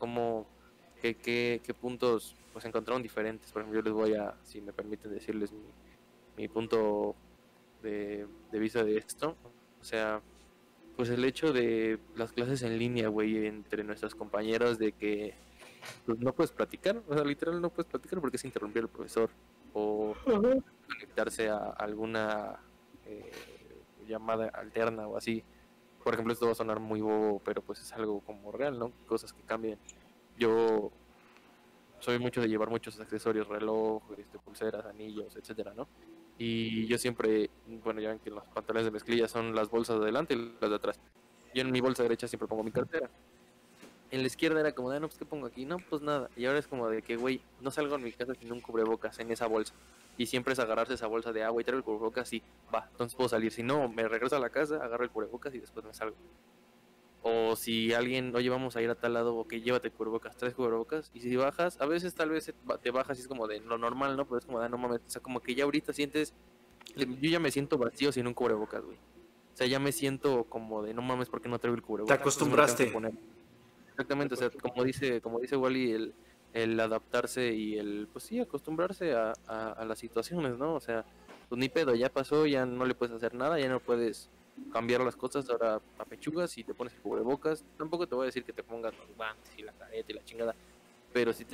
qué puntos pues encontraron diferentes. Por ejemplo, yo les voy a, si me permiten decirles mi punto de vista de esto, o sea, pues el hecho de las clases en línea, güey, entre nuestros compañeros, de que pues, no puedes platicar, o sea, literal no puedes platicar porque se interrumpió el profesor, o conectarse a alguna eh, llamada alterna o así. Por ejemplo, esto va a sonar muy bobo, pero pues es algo como real, ¿no? Cosas que cambian. Yo soy mucho de llevar muchos accesorios, reloj, pulseras, anillos, etcétera, ¿no? Y yo siempre, bueno, ya ven que los pantalones de mezclilla son las bolsas de adelante y las de atrás. Yo en mi bolsa derecha siempre pongo mi cartera. En la izquierda era como de, no, pues ¿qué pongo aquí? No, pues nada. Y ahora es como de que, güey, no salgo en mi casa sin un cubrebocas en esa bolsa. Y siempre es agarrarse esa bolsa de agua y traigo el cubrebocas y va, entonces puedo salir. Si no, me regreso a la casa, agarro el cubrebocas y después me salgo. O si alguien, oye, vamos a ir a tal lado, ok, llévate cubrebocas, traes cubrebocas. Y si bajas, a veces tal vez te bajas y es como de lo normal, ¿no? Pero es como de, no mames, o sea, como que ya ahorita sientes, yo ya me siento vacío sin un cubrebocas, güey. O sea, ya me siento como de, no mames, ¿por qué no traigo el Te cubrebocas? Entonces me lo tengo que acostumbraste. poner. Exactamente, o sea, como dice Wally, el adaptarse y el, pues sí, acostumbrarse a las situaciones, ¿no? O sea, pues ni pedo, ya pasó, ya no le puedes hacer nada, ya no puedes cambiar las cosas, ahora apechugas y te pones el cubrebocas. Tampoco te voy a decir que te pongas los guantes y la careta y la chingada, pero si te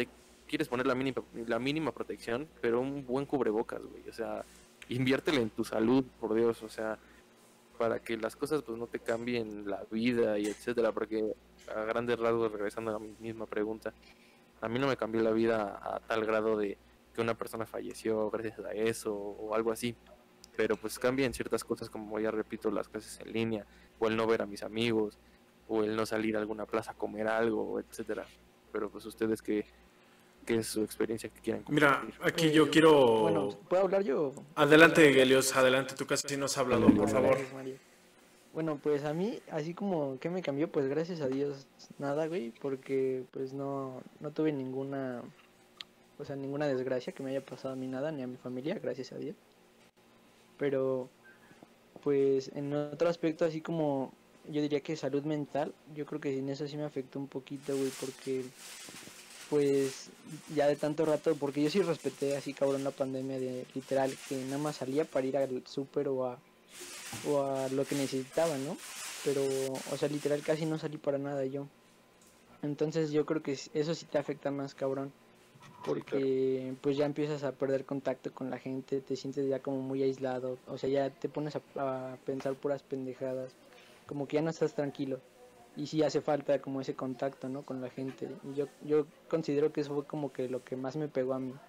quieres poner la mínima protección, pero un buen cubrebocas, güey. O sea, inviértele en tu salud, por Dios, o sea, para que las cosas pues no te cambien la vida y etcétera, porque a grandes rasgos, regresando a mi misma pregunta, a mí no me cambió la vida a tal grado de que una persona falleció gracias a eso o algo así, pero pues cambian ciertas cosas, como ya repito, las clases en línea, o el no ver a mis amigos, o el no salir a alguna plaza a comer algo, etcétera. Pero pues ustedes, ¿qué es su experiencia que quieran Mira, compartir? aquí yo quiero... Bueno, ¿puedo hablar yo? Adelante, Gelios, adelante, tú casi no has hablado, por favor. Gracias, Mario. Bueno, pues a mí, así como que me cambió, pues gracias a Dios, nada, güey, porque pues no tuve ninguna, o sea, ninguna desgracia que me haya pasado a mí, nada, ni a mi familia, gracias a Dios. Pero, pues en otro aspecto, así como yo diría que salud mental, yo creo que en eso sí me afectó un poquito, güey, porque pues ya de tanto rato, porque yo sí respeté así cabrón la pandemia de literal, que nada más salía para ir al súper o a lo que necesitaba, ¿no? Pero, o sea, literal casi no salí para nada yo. Entonces yo creo que eso sí te afecta más, cabrón. Porque pues ya empiezas a perder contacto con la gente, te sientes ya como muy aislado, o sea, ya te pones a pensar puras pendejadas, como que ya no estás tranquilo. Y sí hace falta como ese contacto, ¿no? Con la gente. Y yo considero que eso fue como que lo que más me pegó a mí.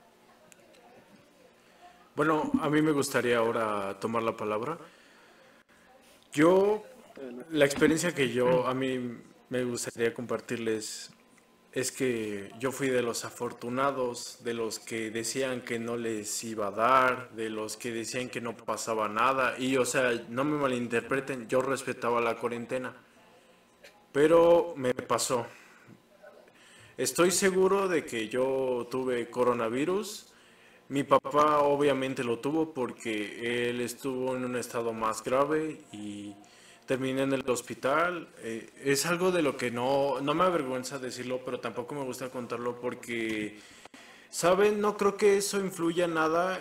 Bueno, a mí me gustaría ahora tomar la palabra. Yo, la experiencia que a mí me gustaría compartirles es que yo fui de los afortunados, de los que decían que no les iba a dar, de los que decían que no pasaba nada. Y, o sea, no me malinterpreten, yo respetaba la cuarentena, pero me pasó. Estoy seguro de que yo tuve coronavirus. Mi papá obviamente lo tuvo porque él estuvo en un estado más grave y terminé en el hospital. Es algo de lo que no me avergüenza decirlo, pero tampoco me gusta contarlo porque, ¿saben? No creo que eso influya nada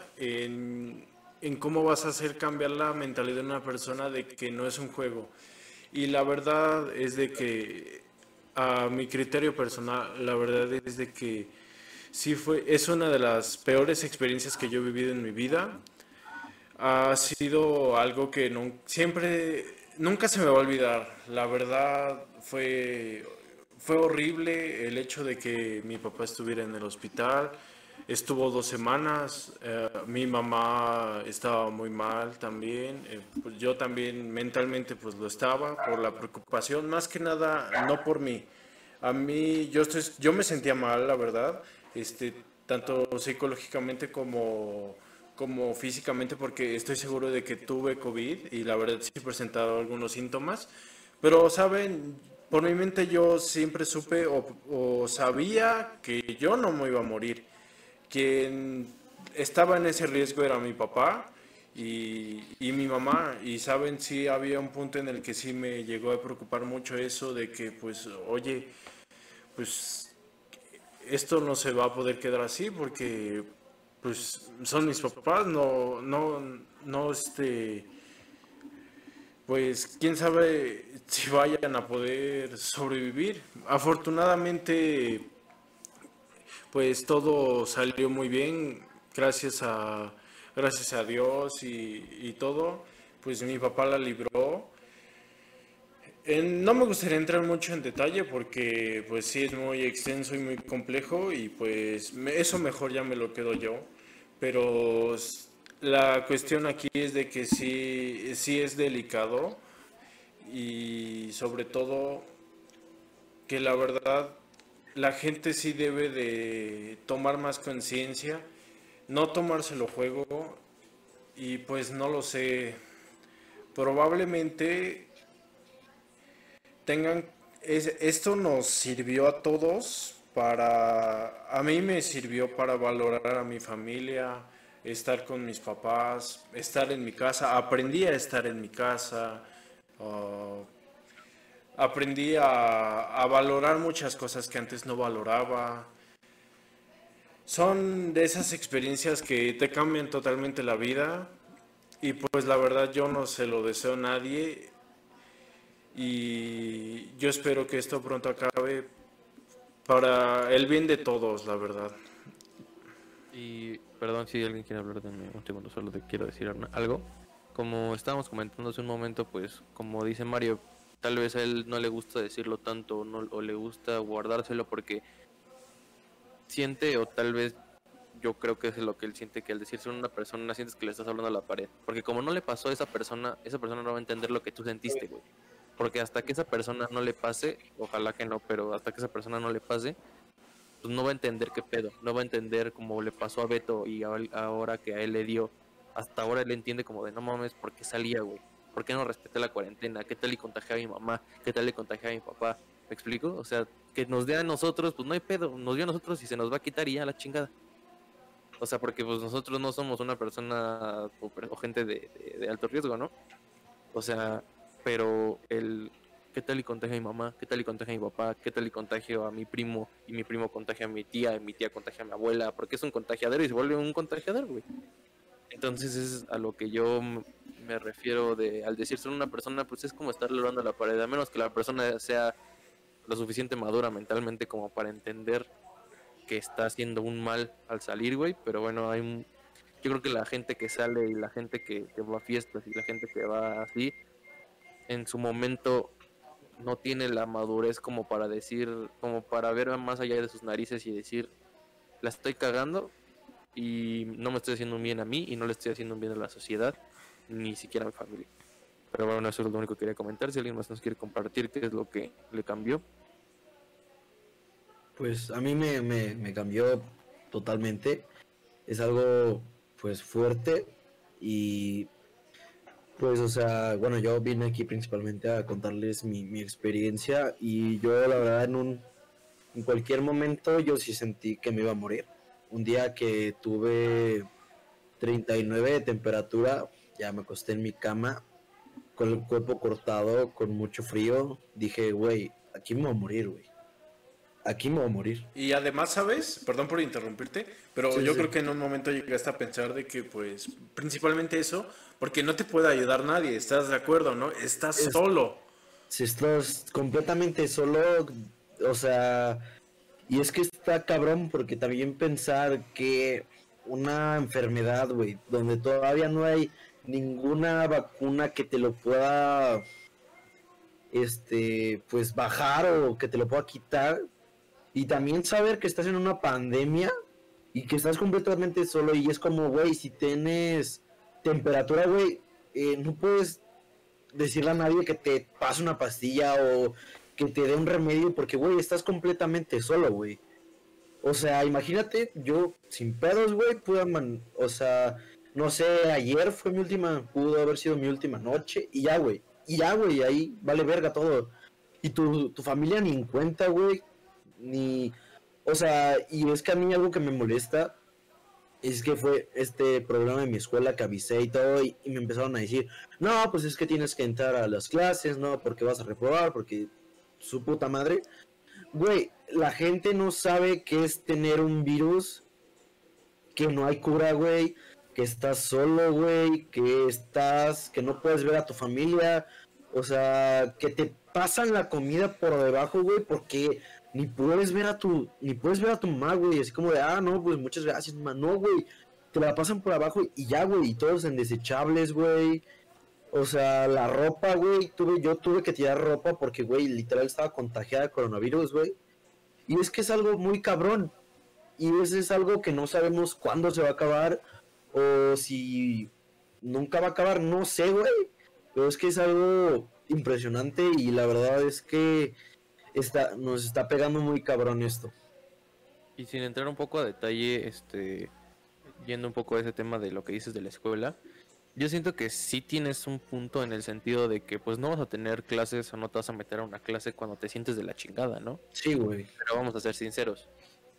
en cómo vas a hacer cambiar la mentalidad de una persona de que no es un juego. Y la verdad es de que, a mi criterio personal, la verdad es de que sí es una de las peores experiencias que yo he vivido en mi vida. Ha sido algo que nunca se me va a olvidar. La verdad fue horrible el hecho de que mi papá estuviera en el hospital. Estuvo 2 semanas. Mi mamá estaba muy mal también. Pues yo también mentalmente pues lo estaba por la preocupación, más que nada no por mí. A mí yo me sentía mal, la verdad, tanto psicológicamente como físicamente, porque estoy seguro de que tuve COVID y la verdad sí he presentado algunos síntomas. Pero, ¿saben? Por mi mente yo siempre supe o sabía que yo no me iba a morir. Quien estaba en ese riesgo era mi papá y mi mamá. Y, ¿saben? Sí había un punto en el que sí me llegó a preocupar mucho eso de que, pues, oye, pues esto no se va a poder quedar así porque pues son mis papás, no, pues quién sabe si vayan a poder sobrevivir. Afortunadamente, pues todo salió muy bien, gracias a Dios y todo, pues mi papá la libró. No me gustaría entrar mucho en detalle porque pues sí es muy extenso y muy complejo y pues eso mejor ya me lo quedo yo. Pero la cuestión aquí es de que sí es delicado y sobre todo que la verdad la gente sí debe de tomar más conciencia, no tomárselo juego y pues no lo sé, probablemente esto nos sirvió a todos a mí me sirvió para valorar a mi familia, estar con mis papás, estar en mi casa, aprendí a estar en mi casa, ah, aprendí a valorar muchas cosas que antes no valoraba. Son de esas experiencias que te cambian totalmente la vida y pues la verdad yo no se lo deseo a nadie y yo espero que esto pronto acabe para el bien de todos, la verdad. Y perdón si alguien quiere hablar de mí un segundo, solo te quiero decir algo. Como estábamos comentando hace un momento, pues como dice Mario, tal vez a él no le gusta decirlo tanto o le gusta guardárselo porque siente, o tal vez yo creo que es lo que él siente, que al decirse a una persona sientes que le estás hablando a la pared. Porque como no le pasó a esa persona no va a entender lo que tú sentiste, güey. Porque hasta que esa persona no le pase, ojalá que no, pero hasta que esa persona no le pase, pues no va a entender qué pedo, no va a entender como le pasó a Beto y ahora que a él le dio, hasta ahora él entiende como de no mames, ¿por qué salía, güey? ¿Por qué no respeté la cuarentena? ¿Qué tal y contagié a mi mamá? ¿Qué tal le contagié a mi papá? ¿Me explico? O sea, que nos dé a nosotros, pues no hay pedo, nos dio a nosotros y se nos va a quitar y ya la chingada. O sea, porque pues nosotros no somos una persona o gente de alto riesgo, ¿no? O sea, pero el ¿qué tal y contagio a mi mamá? ¿Qué tal y contagio a mi papá? ¿Qué tal y contagio a mi primo? Y mi primo contagia a mi tía, y mi tía contagia a mi abuela, porque es un contagiadero y se vuelve un contagiador, güey. Entonces es a lo que yo me refiero al decirse a una persona, pues es como estarle hablando a la pared, a menos que la persona sea lo suficiente madura mentalmente como para entender que está haciendo un mal al salir, güey, pero bueno, yo creo que la gente que sale y la gente que va a fiestas y la gente que va así, en su momento no tiene la madurez como para decir, como para ver más allá de sus narices y decir, la estoy cagando y no me estoy haciendo un bien a mí y no le estoy haciendo un bien a la sociedad, ni siquiera a mi familia. Pero bueno, eso es lo único que quería comentar. Si alguien más nos quiere compartir qué es lo que le cambió. Pues a mí me cambió totalmente. Es algo pues fuerte y pues o sea, bueno, yo vine aquí principalmente a contarles mi experiencia y yo la verdad en cualquier momento yo sí sentí que me iba a morir. Un día que tuve 39 de temperatura, ya me acosté en mi cama con el cuerpo cortado, con mucho frío, dije, güey, aquí me voy a morir, güey. Aquí me voy a morir. Y además, ¿sabes? Perdón por interrumpirte, pero Sí, yo sí. creo que en un momento llegaste a pensar de que, pues, principalmente eso, porque no te puede ayudar nadie, ¿estás de acuerdo, no? Estás Es- solo. Si estás completamente solo, o sea, y es que está cabrón porque también pensar que una enfermedad, güey, donde todavía no hay ninguna vacuna que te lo pueda, pues bajar o que te lo pueda quitar, y también saber que estás en una pandemia y que estás completamente solo y es como, güey, si tienes temperatura, güey, no puedes decirle a nadie que te pase una pastilla o que te dé un remedio porque, güey, estás completamente solo, güey. O sea, imagínate, yo sin pedos, güey, o sea, no sé, ayer fue pudo haber sido mi última noche y ya, güey, ahí vale verga todo. Y tu familia ni en cuenta, güey, ni, o sea, y es que a mí algo que me molesta es que fue este problema de mi escuela que avisé y todo, y me empezaron a decir, no, pues es que tienes que entrar a las clases, no, porque vas a reprobar, porque su puta madre. Güey, la gente no sabe qué es tener un virus, que no hay cura, güey, que estás solo, güey, que no puedes ver a tu familia, o sea, que te pasan la comida por debajo, güey, porque ni puedes ver a tu mamá, güey, así como de, ah, no, pues muchas gracias, mamá, no, güey, te la pasan por abajo y ya, güey, y todos en desechables, güey. O sea, la ropa, güey, yo tuve que tirar ropa porque, güey, literal estaba contagiada de coronavirus, güey. Y es que es algo muy cabrón. Y eso es algo que no sabemos cuándo se va a acabar o si nunca va a acabar, no sé, güey. Pero es que es algo impresionante y la verdad es que nos está pegando muy cabrón esto. Y sin entrar un poco a detalle, yendo un poco a ese tema de lo que dices de la escuela, yo siento que sí tienes un punto en el sentido de que pues no vas a tener clases o no te vas a meter a una clase cuando te sientes de la chingada, ¿no? Sí, güey. Pero vamos a ser sinceros.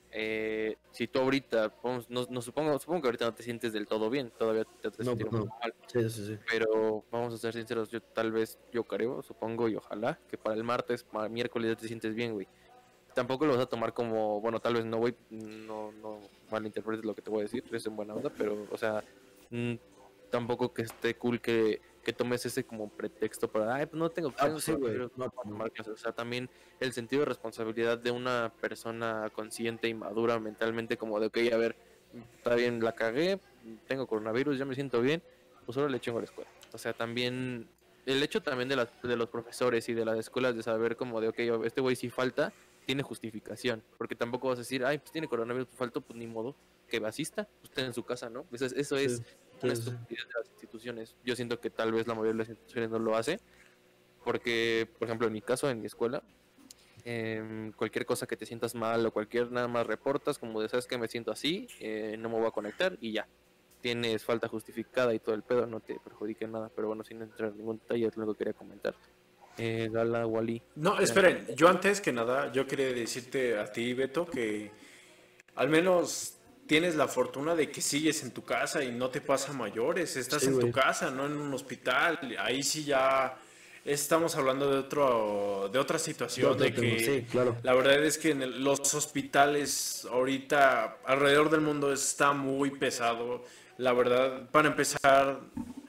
Si tú ahorita, supongo que ahorita no te sientes del todo bien, todavía te No, sientes pues un no. poco mal, Sí, sí, sí. pero vamos a ser sinceros, yo creo, supongo y ojalá que para el martes, para miércoles ya te sientes bien, güey. Tampoco lo vas a tomar como, bueno, tal vez no, güey, no malinterpretes lo que te voy a decir, es en buena onda, pero, o sea, tampoco que esté cool que que tomes ese como pretexto para, ay, pues no tengo pues sí, güey. coronavirus, no puedo tomar clases. O sea, también el sentido de responsabilidad de una persona consciente y madura mentalmente, como de, ok, a ver, está bien, la cagué, tengo coronavirus, ya me siento bien, pues ahora le chingo a la escuela. O sea, también el hecho también de los profesores y de las escuelas de saber como de, ok, este güey sí falta, tiene justificación, porque tampoco vas a decir, ay, pues tiene coronavirus, pues faltó, pues ni modo, que asista, pues esté en su casa, ¿no? Eso Sí, es una sí, sí. estupidez de las instituciones. Yo siento que tal vez la mayoría de las instituciones no lo hace, porque, por ejemplo, en mi caso, en mi escuela, cualquier cosa que te sientas mal o cualquier nada más reportas, como de, sabes que me siento así, no me voy a conectar y ya. Tienes falta justificada y todo el pedo, no te perjudique nada, pero bueno, sin entrar en ningún detalle, es lo que quería comentar. Gala, Wally. No, esperen, yo antes que nada, yo quería decirte a ti, Beto, que al menos tienes la fortuna de que sigues en tu casa y no te pasa mayores, estás Sí, en tu güey. casa, no en un hospital, ahí sí ya estamos hablando de otra situación, Otro de tema, que sí, claro. la verdad es que los hospitales ahorita alrededor del mundo está muy pesado, la verdad, para empezar,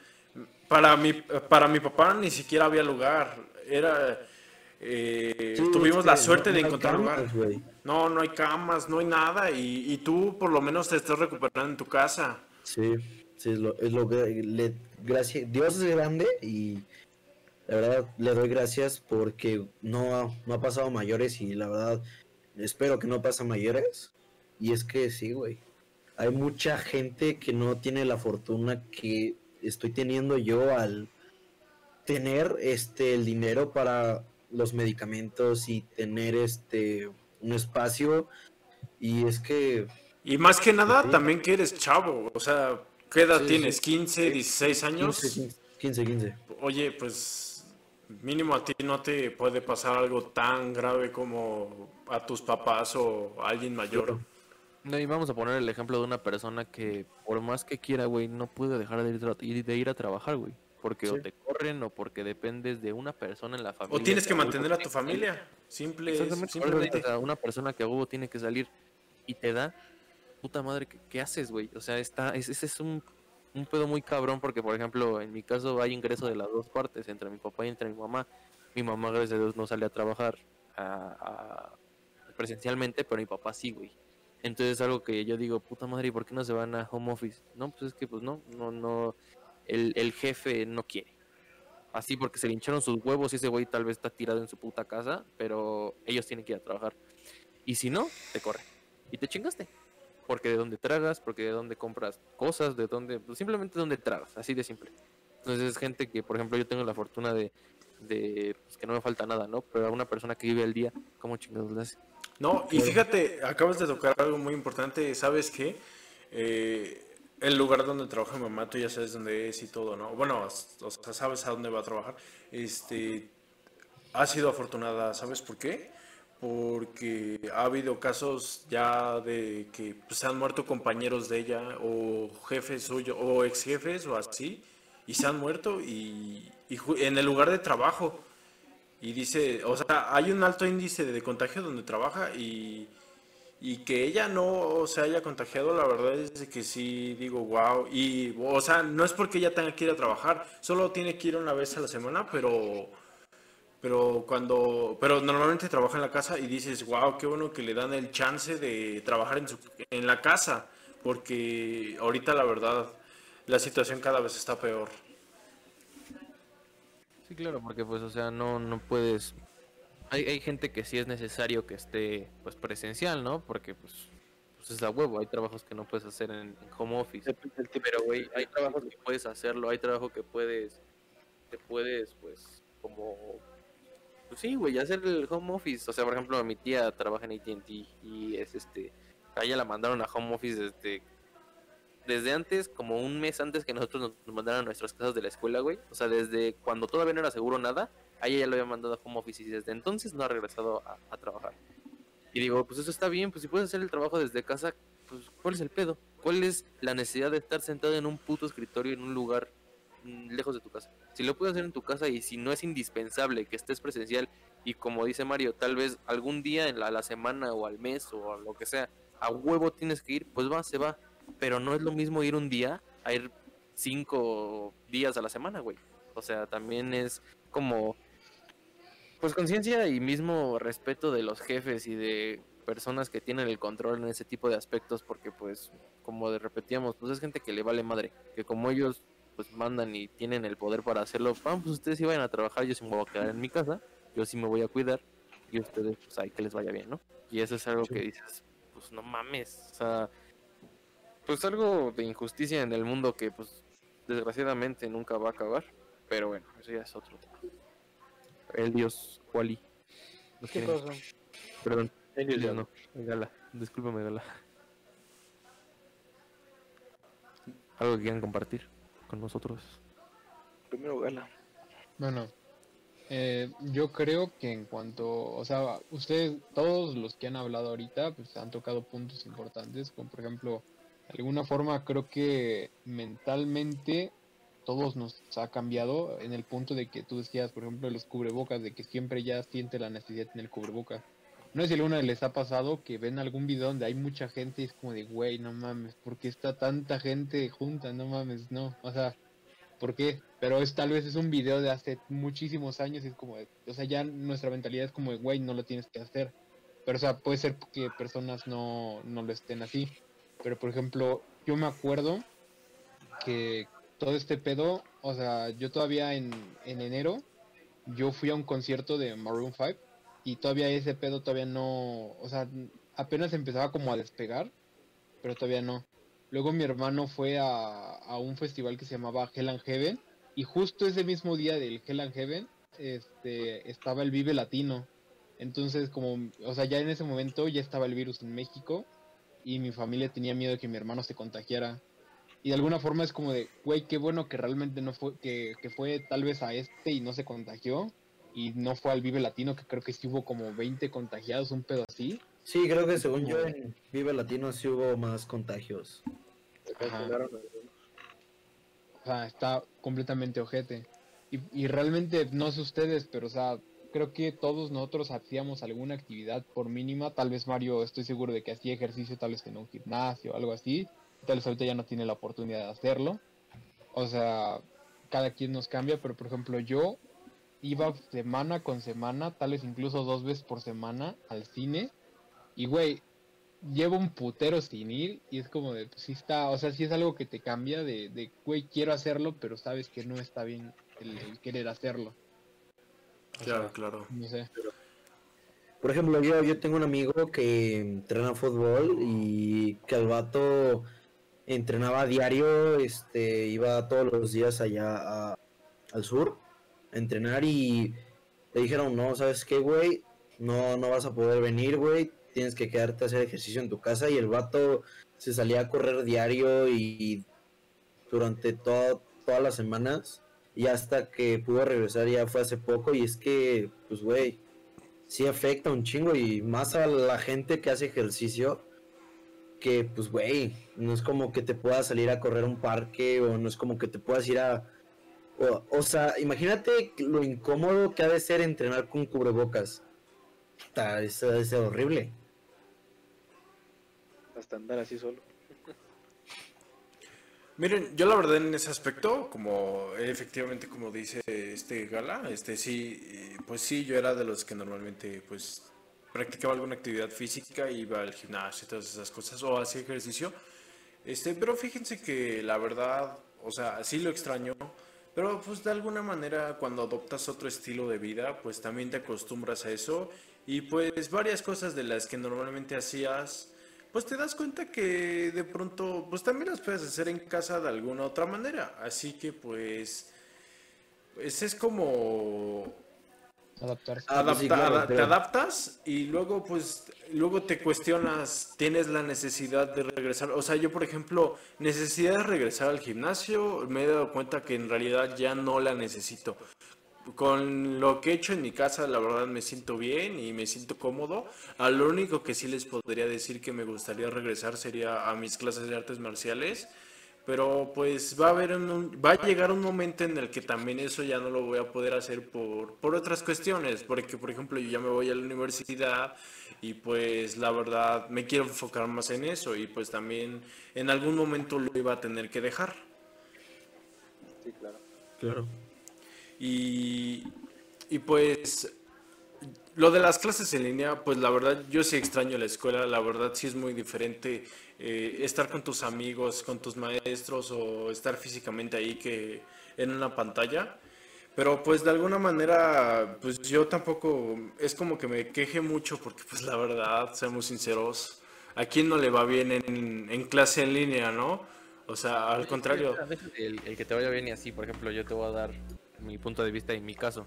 para mi papá ni siquiera había lugar. Sí, es Tuvimos la que suerte de no hay encontrar lugar. camas, güey. No, no hay camas, no hay nada. Y tú por lo menos te estás recuperando en tu casa. Sí, sí, es lo que gracias, Dios es grande y la verdad le doy gracias porque no ha pasado a mayores y la verdad espero que no pase a mayores. Y es que sí, güey. Hay mucha gente que no tiene la fortuna que estoy teniendo yo al tener el dinero para los medicamentos y tener un espacio. Y es que Y más que pues nada, sí, también que eres chavo. O sea, ¿qué edad sí, sí, tienes? 15, 16 15 años? 15 15 15. Oye, pues mínimo a ti no te puede pasar algo tan grave como a tus papás o a alguien mayor. Claro. No, y vamos a poner el ejemplo de una persona que por más que quiera, güey, no puede dejar de ir a trabajar, güey. Porque o Sí. te corren o porque dependes de una persona en la O familia tienes que que a huevo mantener a tiene tu que salir. familia. Exactamente, por eso digo, o Simplemente. sea, una persona que a huevo tiene que salir y te da, puta madre, ¿qué haces, güey? O sea, ese es un pedo muy cabrón porque, por ejemplo, en mi caso hay ingreso de las dos partes, entre mi papá y entre mi mamá. Mi mamá, gracias a Dios, no sale a trabajar presencialmente, pero mi papá sí, güey. Entonces es algo que yo digo, puta madre, ¿y por qué no se van a home office? No, pues es que pues no, el jefe no quiere. Así porque se le hincharon sus huevos y ese güey tal vez está tirado en su puta casa, pero ellos tienen que ir a trabajar. Y si no, te corre. Y te chingaste. Porque de dónde tragas, porque de dónde compras cosas, de dónde, pues simplemente de dónde tragas, así de simple. Entonces es gente que, por ejemplo, yo tengo la fortuna de pues, que no me falta nada, ¿no? Pero a una persona que vive al día, ¿cómo chingados le hace? No, y fíjate, acabas de tocar algo muy importante. ¿Sabes qué? El lugar donde trabaja mi mamá, tú ya sabes dónde es y todo, ¿no? Bueno, o sea, sabes a dónde va a trabajar. Este, ha sido afortunada, ¿sabes por qué? Porque ha habido casos ya de que pues, se han muerto compañeros de ella o jefes suyos o ex jefes o así y se han muerto en el lugar de trabajo y dice, o sea, hay un alto índice de contagio donde trabaja y que ella no se haya contagiado, la verdad es de que sí digo, wow, y o sea, no es porque ella tenga que ir a trabajar, solo tiene que ir una vez a la semana, pero normalmente trabaja en la casa y dices, wow, qué bueno que le dan el chance de trabajar en la casa, porque ahorita la verdad la situación cada vez está peor. Sí, claro, porque pues, o sea, no puedes. Hay gente que sí es necesario que esté pues presencial, ¿no? Porque pues es a huevo, hay trabajos que no puedes hacer en home office. Depende del tipo Pero, güey, hay de trabajos ciclo. que puedes hacerlo, hay trabajo que puedes, pues, como, pues sí, güey, hacer el home office. O sea, por ejemplo, mi tía trabaja en AT&T y es a ella la mandaron a home office desde antes, como un mes antes que nosotros nos mandaran a nuestras casas de la escuela, güey. O sea, desde cuando todavía no era seguro nada, a ella ya lo había mandado a home office y desde entonces no ha regresado a trabajar. Y digo, pues eso está bien, pues si puedes hacer el trabajo desde casa, pues ¿cuál es el pedo? ¿Cuál es la necesidad de estar sentado en un puto escritorio en un lugar lejos de tu casa? Si lo puedes hacer en tu casa y si no es indispensable que estés presencial y como dice Mario, tal vez algún día en la semana o al mes o a lo que sea, a huevo tienes que ir, pues va, se va. Pero no es lo mismo ir un día a ir 5 días a la semana, güey. O sea, también es como, pues conciencia y mismo respeto de los jefes y de personas que tienen el control en ese tipo de aspectos, porque pues, como repetíamos, pues es gente que le vale madre, que como ellos pues mandan y tienen el poder para hacerlo, pues ustedes sí vayan a trabajar, yo sí me voy a quedar en mi casa, yo sí me voy a cuidar, y ustedes pues ahí que les vaya bien, ¿no? Y eso es algo que dices, pues no mames, o sea, pues algo de injusticia en el mundo que pues desgraciadamente nunca va a acabar, pero bueno, eso ya es otro tema. El dios Wally. Nos ¿Qué quieren- cosa? Perdón, Genio el dios diablo. no, el Gala, discúlpame Gala. Algo que quieran compartir con nosotros. Primero Gala. Bueno, yo creo que en cuanto, o sea, ustedes, todos los que han hablado ahorita, pues han tocado puntos importantes, como por ejemplo, de alguna forma creo que mentalmente todos nos ha cambiado en el punto de que tú decías, por ejemplo, los cubrebocas, de que siempre ya siente la necesidad de tener cubrebocas. No sé si a alguna les ha pasado que ven algún video donde hay mucha gente y es como de, güey, no mames, ¿por qué está tanta gente junta? No mames, no, o sea, ¿por qué? Pero tal vez es un video de hace muchísimos años y es como, o sea, ya nuestra mentalidad es como, de, güey, no lo tienes que hacer. Pero, o sea, puede ser que personas no lo estén así. Pero, por ejemplo, yo me acuerdo que todo este pedo, o sea, yo todavía en enero, yo fui a un concierto de Maroon 5 y todavía ese pedo todavía no, o sea, apenas empezaba como a despegar, pero todavía no. Luego mi hermano fue a un festival que se llamaba Hell and Heaven y justo ese mismo día del Hell and Heaven estaba el Vive Latino. Entonces, como, o sea, ya en ese momento ya estaba el virus en México y mi familia tenía miedo de que mi hermano se contagiara. Y de alguna forma es como de, güey, qué bueno que realmente no fue, que fue tal vez a este y no se contagió y no fue al Vive Latino, que creo que sí hubo como 20 contagiados, un pedo así. Sí, creo que según Como- yo en Vive Latino sí hubo más contagios. Se Ajá. cancelaron algunos. O sea, está completamente ojete. Y realmente, no sé ustedes, pero o sea, creo que todos nosotros hacíamos alguna actividad por mínima. Tal vez Mario, estoy seguro de que hacía ejercicio, tal vez en un gimnasio o algo así. Tal vez ahorita ya no tiene la oportunidad de hacerlo. O sea, cada quien nos cambia, pero por ejemplo, yo iba semana con semana, tal vez incluso 2 veces por semana al cine. Y güey, llevo un putero sin ir y es como de, pues sí está, o sea, sí es algo que te cambia güey, quiero hacerlo, pero sabes que no está bien el querer hacerlo. O Claro, sea, claro. no sé. Por ejemplo, yo tengo un amigo que entrena fútbol y que el vato entrenaba a diario, iba todos los días allá al sur a entrenar y le dijeron, no, ¿sabes qué, güey? No vas a poder venir, güey, tienes que quedarte a hacer ejercicio en tu casa y el vato se salía a correr diario y durante todas las semanas y hasta que pudo regresar ya fue hace poco y es que, pues, güey, sí afecta un chingo y más a la gente que hace ejercicio que pues güey, no es como que te puedas salir a correr a un parque o no es como que te puedas ir o sea, imagínate lo incómodo que ha de ser entrenar con cubrebocas. Eso debe ser horrible. Hasta andar así solo. Miren, yo la verdad en ese aspecto, como efectivamente como dice este Gala, sí, pues sí, yo era de los que normalmente pues practicaba alguna actividad física, iba al gimnasio y todas esas cosas, o hacía ejercicio, pero fíjense que la verdad, o sea, sí lo extraño, pero pues de alguna manera cuando adoptas otro estilo de vida, pues también te acostumbras a eso y pues varias cosas de las que normalmente hacías pues te das cuenta que de pronto, pues también las puedes hacer en casa de alguna otra manera. Así que pues es como Adaptarse. Pues sí, claro, te pero adaptas y luego pues luego te cuestionas, tienes la necesidad de regresar. O sea, yo por ejemplo, necesidad de regresar al gimnasio, me he dado cuenta que en realidad ya no la necesito. Con lo que he hecho en mi casa, la verdad me siento bien y me siento cómodo. A lo único que sí les podría decir que me gustaría regresar sería a mis clases de artes marciales. Pero pues va a llegar un momento en el que también eso ya no lo voy a poder hacer por otras cuestiones. Porque, por ejemplo, yo ya me voy a la universidad y pues la verdad me quiero enfocar más en eso. Y pues también en algún momento lo iba a tener que dejar. Sí, claro. claro. Y, y pues lo de las clases en línea, pues la verdad yo sí extraño la escuela, la verdad sí es muy diferente estar con tus amigos, con tus maestros o estar físicamente ahí que en una pantalla. Pero pues de alguna manera, pues yo tampoco es como que me queje mucho porque pues la verdad, seamos sinceros, ¿a quién no le va bien en clase en línea, no? O sea, al Oye, es que contrario. deja el que te vaya bien y así, por ejemplo, yo te voy a dar mi punto de vista y mi caso.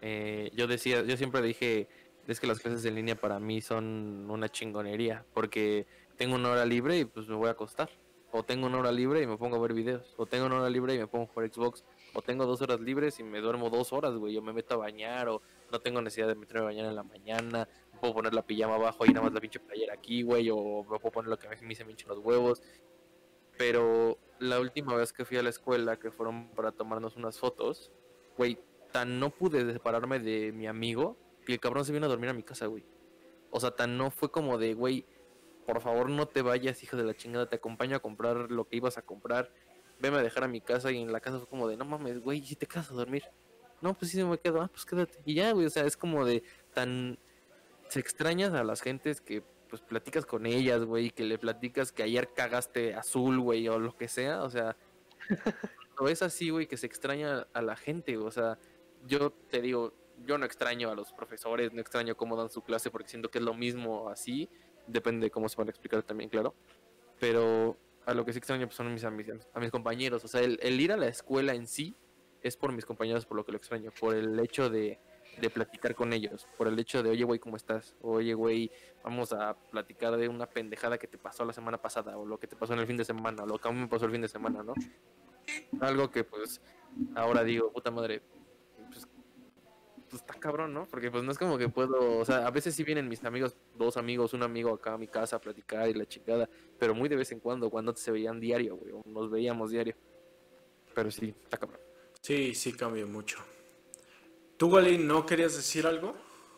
Yo siempre dije, es que las clases en línea para mí son una chingonería, porque tengo una hora libre y pues me voy a acostar. O tengo una hora libre y me pongo a ver videos. O tengo una hora libre y me pongo a jugar Xbox. O tengo 2 horas libres y me duermo 2 horas, güey. Yo me meto a bañar o no tengo necesidad de meterme a bañar en la mañana. Me puedo poner la pijama abajo y nada más la pinche playera aquí, güey. O me puedo poner lo que a mí se me hinchen los huevos. Pero la última vez que fui a la escuela, que fueron para tomarnos unas fotos, güey, tan no pude separarme de mi amigo que el cabrón se vino a dormir a mi casa, güey. O sea, tan no fue como de, güey, por favor no te vayas, hijo de la chingada, te acompaño a comprar lo que ibas a comprar, veme a dejar a mi casa. Y en la casa fue como de, no mames, güey, si te quedas a dormir. No, pues sí, me quedo, pues quédate. Y ya, güey, o sea, es como de tan se extrañas a las gentes que pues platicas con ellas, güey, que le platicas que ayer cagaste azul, güey, o lo que sea, o sea, no es así, güey, que se extraña a la gente, o sea, yo te digo, yo no extraño a los profesores, no extraño cómo dan su clase porque siento que es lo mismo así, depende de cómo se van a explicar también, claro, pero a lo que sí extraño pues, son a mis compañeros, o sea, el ir a la escuela en sí es por mis compañeros por lo que lo extraño, por el hecho de platicar con ellos, por el hecho de, oye, güey, ¿cómo estás? Oye, güey, vamos a platicar de una pendejada que te pasó la semana pasada, o lo que te pasó en el fin de semana, o lo que a mí me pasó el fin de semana, ¿no? Algo que pues ahora digo, puta madre, pues, pues está cabrón, ¿no? Porque pues no es como que puedo, o sea, a veces sí vienen mis amigos, dos amigos, un amigo acá a mi casa a platicar y la chingada, pero muy de vez en cuando se veían diario, güey, o nos veíamos diario, pero sí, está cabrón. Sí, sí cambia mucho. ¿Tú, Wally, no querías decir algo?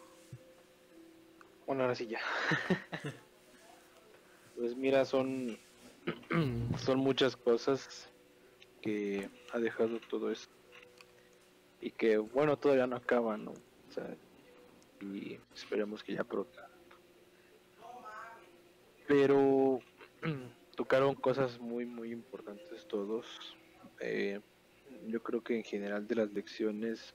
Bueno, ahora sí ya. Pues mira, son muchas cosas que ha dejado todo esto y que bueno, todavía no acaban, ¿no? O sea, y esperemos que ya pronto. Pero tocaron cosas muy, muy importantes todos. Eh, yo creo que en general de las lecciones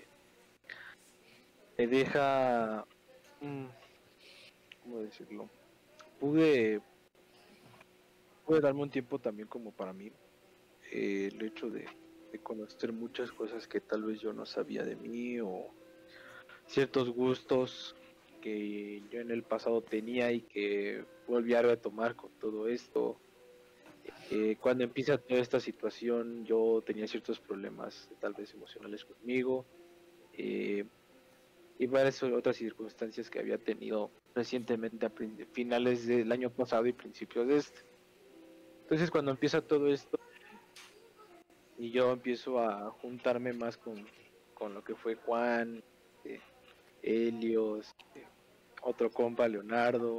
me deja, mm, ¿cómo decirlo? Pude, pude darme un tiempo también como para mí. El hecho de conocer muchas cosas que tal vez yo no sabía de mí o ciertos gustos que yo en el pasado tenía y que volví a retomar con todo esto. Cuando empieza toda esta situación, yo tenía ciertos problemas tal vez emocionales conmigo eh, y varias otras circunstancias que había tenido recientemente a finales del año pasado y principios de este. Entonces cuando empieza todo esto y yo empiezo a juntarme más con lo que fue Juan, eh, Helios, otro compa, Leonardo,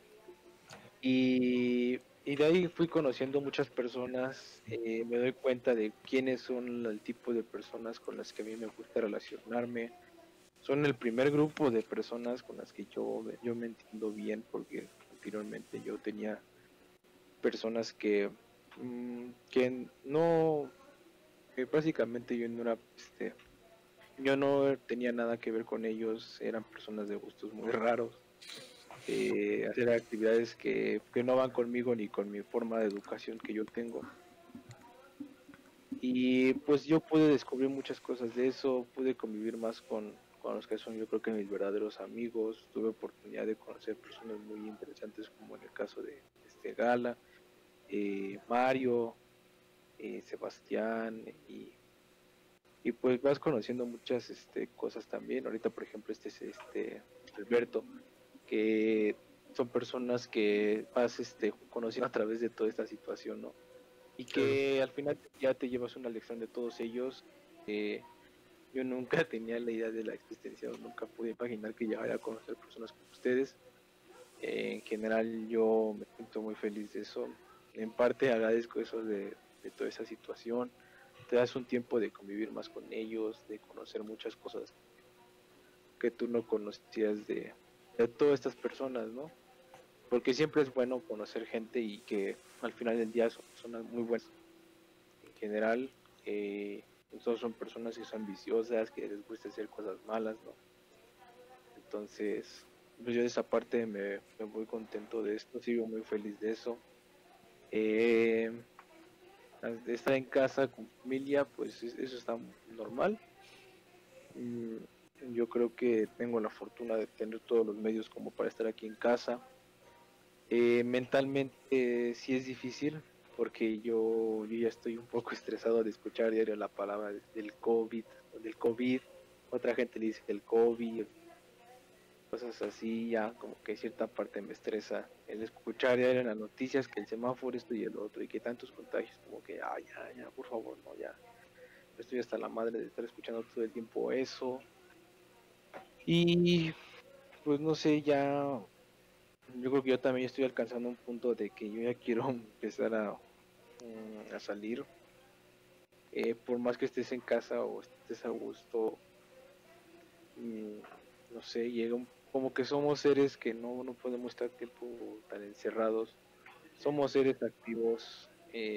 y de ahí fui conociendo muchas personas, me doy cuenta de quiénes son el tipo de personas con las que a mí me gusta relacionarme. Son el primer grupo de personas con las que yo me entiendo bien porque anteriormente yo tenía personas que no, que básicamente yo no tenía nada que ver con ellos, eran personas de gustos muy raros, hacer actividades que no van conmigo ni con mi forma de educación que yo tengo. Y pues yo pude descubrir muchas cosas de eso, pude convivir más con los que son yo creo que mis verdaderos amigos, tuve oportunidad de conocer personas muy interesantes como en el caso de este Gala, Mario, Sebastián y pues vas conociendo muchas cosas también. Ahorita por ejemplo este Alberto, que son personas que vas conociendo a través de toda esta situación, ¿no? Y Claro. que al final ya te llevas una lección de todos ellos. Yo nunca tenía la idea de la existencia, o nunca pude imaginar que llegara a conocer personas como ustedes. En general yo me siento muy feliz de eso. En parte agradezco eso de toda esa situación. te das un tiempo de convivir más con ellos, de conocer muchas cosas que tú no conocías de todas estas personas, ¿no? Porque siempre es bueno conocer gente y que al final del día son muy buenas. En general, todos son personas que son viciosas, que les gusta hacer cosas malas, ¿no? Entonces, pues yo de esa parte me voy contento de esto, sigo muy feliz de eso. De estar en casa con familia, pues eso está normal. Yo creo que tengo la fortuna de tener todos los medios como para estar aquí en casa. Mentalmente sí es difícil porque yo ya estoy un poco estresado de escuchar diario la palabra del COVID, otra gente le dice del COVID, cosas así, ya como que cierta parte me estresa el escuchar diario en las noticias que el semáforo esto y el otro y que tantos contagios, como que ya, por favor, no, ya estoy hasta la madre de estar escuchando todo el tiempo eso. Y pues no sé, ya yo creo que yo también estoy alcanzando un punto de que yo ya quiero empezar a salir. Por más que estés en casa o estés a gusto, no sé, como que somos seres que no podemos estar tiempo tan encerrados. Somos seres activos,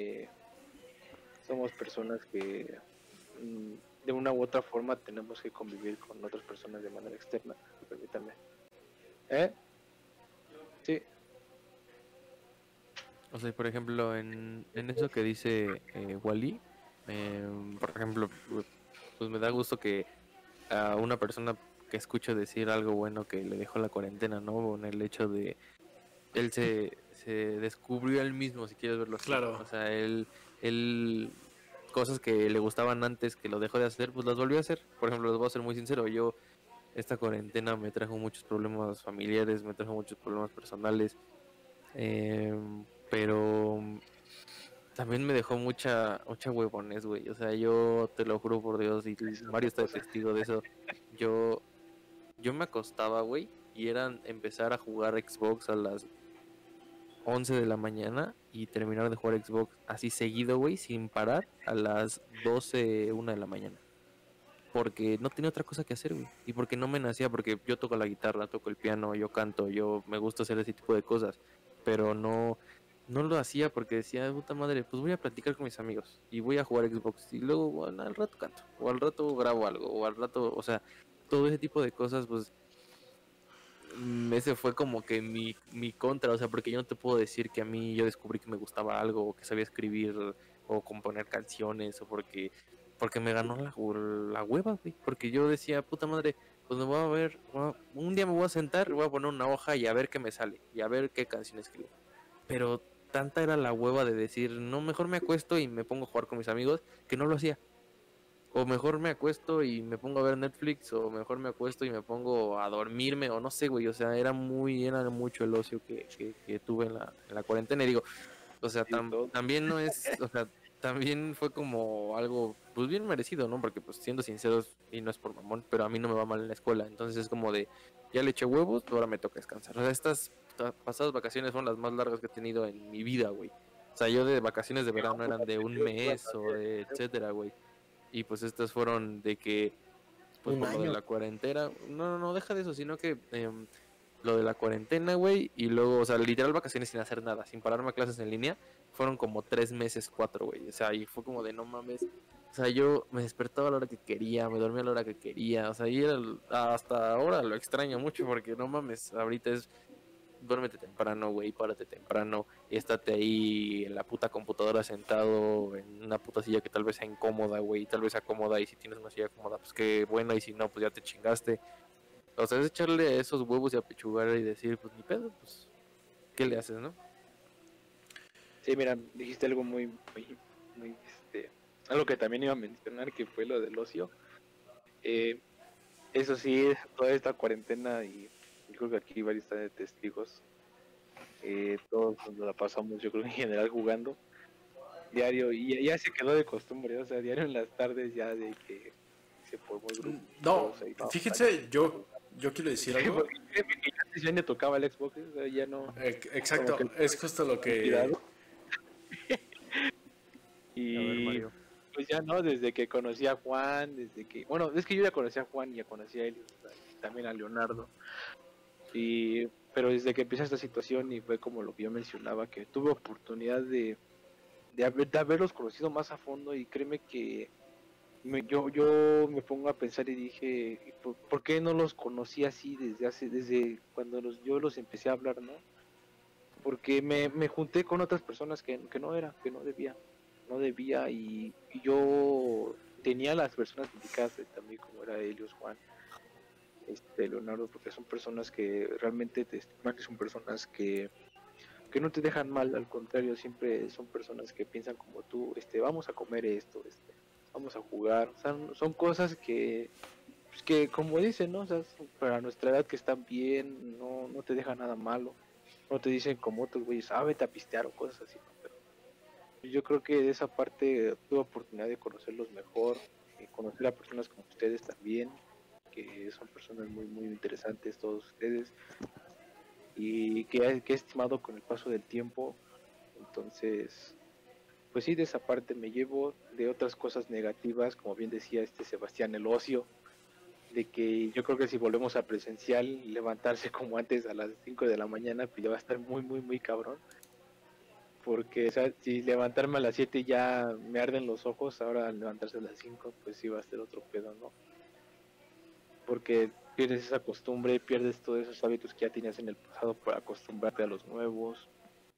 somos personas que de una u otra forma tenemos que convivir con otras personas de manera externa. Permítanme. Sí. O sea, por ejemplo, en eso que dice Wally, por ejemplo, pues me da gusto que a una persona que escucho decir algo bueno que le dejó la cuarentena, ¿no? En el hecho de él se descubrió él mismo, si quieres verlo así. Claro. O sea, él cosas que le gustaban antes que lo dejó de hacer, pues las volvió a hacer. Por ejemplo, les voy a ser muy sincero, yo esta cuarentena me trajo muchos problemas familiares, me trajo muchos problemas personales, pero también me dejó mucha huevones, güey. O sea, yo te lo juro por Dios, y Mario está de testigo de eso. Yo me acostaba, güey, y eran empezar a jugar Xbox a las 11 de la mañana y terminar de jugar Xbox así seguido, güey, sin parar a las 12, 1 de la mañana. Porque no tenía otra cosa que hacer, güey. Y porque no me nacía, porque yo toco la guitarra, toco el piano, yo canto, yo me gusta hacer ese tipo de cosas. Pero no lo hacía porque decía, puta madre, pues voy a platicar con mis amigos y voy a jugar Xbox y luego bueno, al rato canto, o al rato grabo algo, o al rato, o sea, todo ese tipo de cosas, pues ese fue como que mi contra, o sea, porque yo no te puedo decir que a mí yo descubrí que me gustaba algo, o que sabía escribir o componer canciones, o porque me ganó la hueva, güey, porque yo decía, puta madre, pues me voy a ver, un día me voy a sentar, voy a poner una hoja y a ver qué me sale, y a ver qué canción escribo. Pero tanta era la hueva de decir, no, mejor me acuesto y me pongo a jugar con mis amigos, que no lo hacía. O mejor me acuesto y me pongo a ver Netflix, o mejor me acuesto y me pongo a dormirme, o no sé, güey, o sea, era mucho el ocio que tuve en la cuarentena. Y digo, o sea, también no es, o sea, también fue como algo, pues bien merecido, ¿no? Porque, pues, siendo sinceros, y no es por mamón, pero a mí no me va mal en la escuela, entonces es como de, ya le eché huevos, ahora me toca descansar. O sea, estas pasadas vacaciones fueron las más largas que he tenido en mi vida, güey. O sea, yo de vacaciones de verano eran de un mes o de etcétera, güey. Y pues estas fueron de que, pues Un por lo de año. la cuarentena, no, deja de eso, sino que lo de la cuarentena, güey, y luego, o sea, literal vacaciones sin hacer nada, sin pararme a clases en línea, fueron como 3 meses, 4, güey. O sea, y fue como de no mames. O sea, yo me despertaba a la hora que quería, me dormía a la hora que quería. O sea, y hasta ahora lo extraño mucho porque no mames, ahorita es duérmete temprano, güey, párate temprano y estate ahí en la puta computadora sentado en una puta silla que tal vez sea incómoda, güey, tal vez sea cómoda, y si tienes una silla cómoda, pues qué bueno, y si no, pues ya te chingaste. O sea, es echarle esos huevos y apechugar y decir, pues ni pedo, pues, ¿qué le haces, no? Sí, mira, dijiste algo muy, algo que también iba a mencionar, que fue lo del ocio. Eso sí, toda esta cuarentena, y yo creo que aquí varios están de testigos, todos nos la pasamos, yo creo que en general jugando diario, y ya se quedó de costumbre, o sea, diario en las tardes ya de que se formó el grupo. No, fíjense, yo quiero decir algo. Porque créeme que ya ni tocaba el Xbox, o sea, ya no. Exacto, como que es justo lo que... cuidado. A ver, Y Mario. pues ya no, desde que conocí a Juan, bueno, es que yo ya conocí a Juan y ya conocí a él, también a Leonardo. Pero desde que empieza esta situación y fue como lo que yo mencionaba, que tuve oportunidad de haberlos conocido más a fondo y créeme que yo me pongo a pensar y dije, ¿por qué no los conocí así desde cuando yo los empecé a hablar, ¿no? Porque me junté con otras personas que no debía y yo tenía las personas indicadas también como era Helios, Juan, Leonardo, porque son personas que realmente te estiman y son personas que no te dejan mal, al contrario, siempre son personas que piensan como tú, vamos a comer esto, vamos a jugar, o sea, son cosas pues que como dicen, ¿no? O sea, para nuestra edad que están bien, no te dejan nada malo, no te dicen como otros güeyes, vete a pistear o cosas así, ¿no? Pero yo creo que de esa parte tuve oportunidad de conocerlos mejor, conocer a personas como ustedes también, que son personas muy, muy interesantes todos ustedes, y que he estimado con el paso del tiempo. Entonces, pues sí, de esa parte me llevo. De otras cosas negativas, como bien decía Sebastián, el ocio, de que yo creo que si volvemos a presencial, levantarse como antes a las 5 de la mañana, pues ya va a estar muy, muy, muy cabrón. Porque, o sea, si levantarme a las 7 ya me arden los ojos, ahora al levantarse a las 5, pues sí va a ser otro pedo, ¿no? Porque pierdes esa costumbre, pierdes todos esos hábitos que ya tenías en el pasado para acostumbrarte a los nuevos.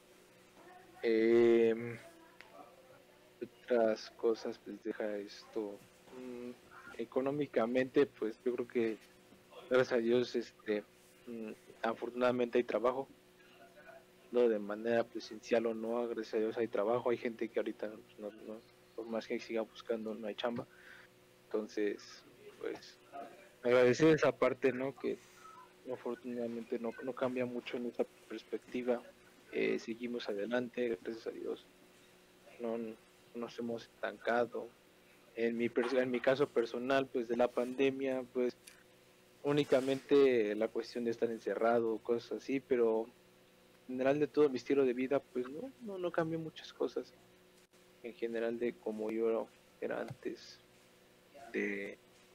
Otras cosas, pues deja esto. Económicamente, pues yo creo que gracias a Dios, afortunadamente hay trabajo, no de manera presencial o no, gracias a Dios hay trabajo. Hay gente que ahorita por más que siga buscando, no hay chamba. Entonces, pues agradecer esa parte, ¿no? Que afortunadamente no cambia mucho en esa perspectiva. Seguimos adelante, gracias a Dios. No nos hemos estancado. En mi caso personal, pues de la pandemia, pues únicamente la cuestión de estar encerrado, cosas así, pero en general de todo mi estilo de vida, pues no cambió muchas cosas. En general de como yo era antes de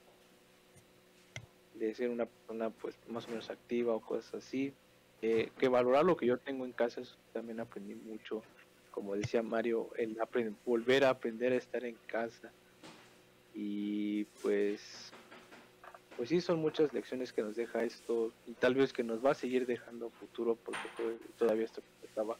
ser una persona pues más o menos activa o cosas así, que valorar lo que yo tengo en casa, eso también aprendí mucho, como decía Mario, volver a aprender a estar en casa. Y pues sí, son muchas lecciones que nos deja esto y tal vez que nos va a seguir dejando futuro porque todavía esto estaba.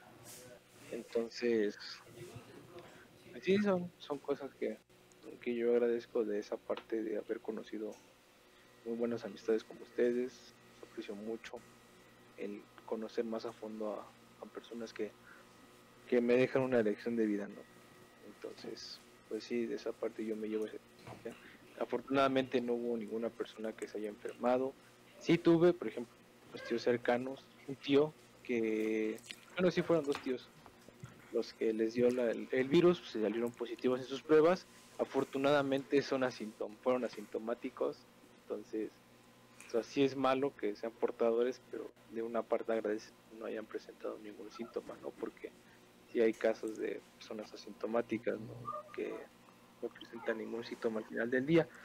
Entonces, pues sí, son cosas que yo agradezco de esa parte de haber conocido muy buenas amistades como ustedes. Aprecio mucho el conocer más a fondo a personas que me dejan una lección de vida, ¿no? Entonces, pues sí, de esa parte yo me llevo ese. Afortunadamente no hubo ninguna persona que se haya enfermado. Sí tuve, por ejemplo, los tíos cercanos, un tío que, bueno, sí fueron dos tíos, los que les dio el virus, se salieron positivos en sus pruebas. Afortunadamente fueron asintomáticos, entonces, o sea, sí es malo que sean portadores, pero de una parte agradece que no hayan presentado ningún síntoma, ¿no? Porque sí hay casos de personas asintomáticas, ¿no? Que no presentan ningún síntoma al final del día.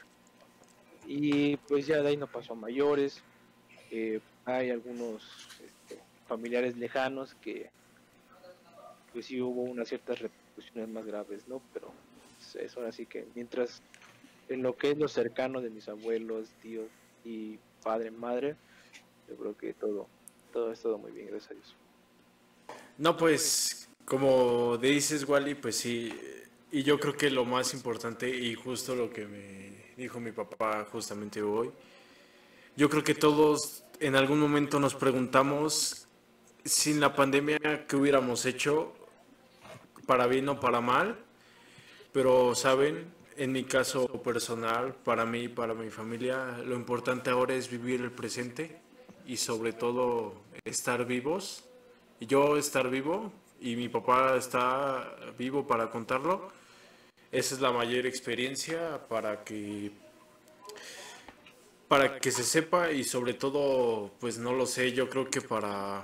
Y pues ya de ahí no pasó a mayores. Hay algunos familiares lejanos que pues sí hubo unas ciertas repercusiones más graves, ¿no? Pero pues, eso así que mientras en lo que es lo cercano de mis abuelos, tíos y padre, madre, yo creo que todo es todo muy bien, gracias a Dios. No, pues, como dices, Wally, pues sí, y yo creo que lo más importante y justo lo que me dijo mi papá justamente hoy, yo creo que todos en algún momento nos preguntamos, sin la pandemia, ¿qué hubiéramos hecho? Para bien o para mal, pero saben, en mi caso personal, para mí y para mi familia, lo importante ahora es vivir el presente y sobre todo estar vivos. Y yo estar vivo y mi papá está vivo para contarlo. Esa es la mayor experiencia para que se sepa y sobre todo, pues no lo sé, yo creo que para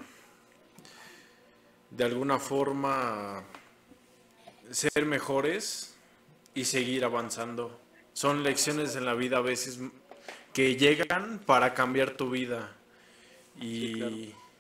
de alguna forma ser mejores y seguir avanzando. Son lecciones en la vida a veces que llegan para cambiar tu vida. Y, claro.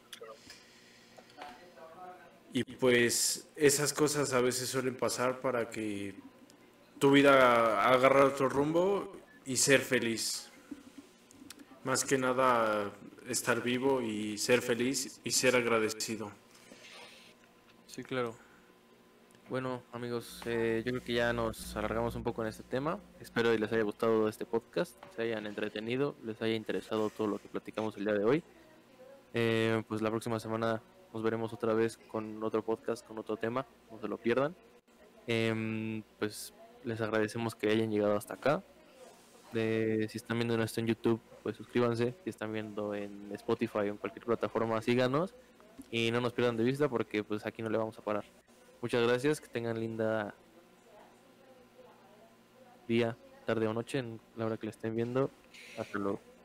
y pues esas cosas a veces suelen pasar para que tu vida agarre otro rumbo y ser feliz. Más que nada estar vivo y ser feliz y ser agradecido. Sí, claro. Bueno, amigos, yo creo que ya nos alargamos un poco en este tema. Espero que les haya gustado este podcast, se hayan entretenido, les haya interesado todo lo que platicamos el día de hoy. Pues la próxima semana nos veremos otra vez con otro podcast, con otro tema, no se lo pierdan. Pues les agradecemos que hayan llegado hasta acá. Si están viendo esto en YouTube, pues suscríbanse. Si están viendo en Spotify o en cualquier plataforma, síganos y no nos pierdan de vista porque pues aquí no le vamos a parar. Muchas gracias, que tengan linda día, tarde o noche en la hora que la estén viendo. Hasta luego.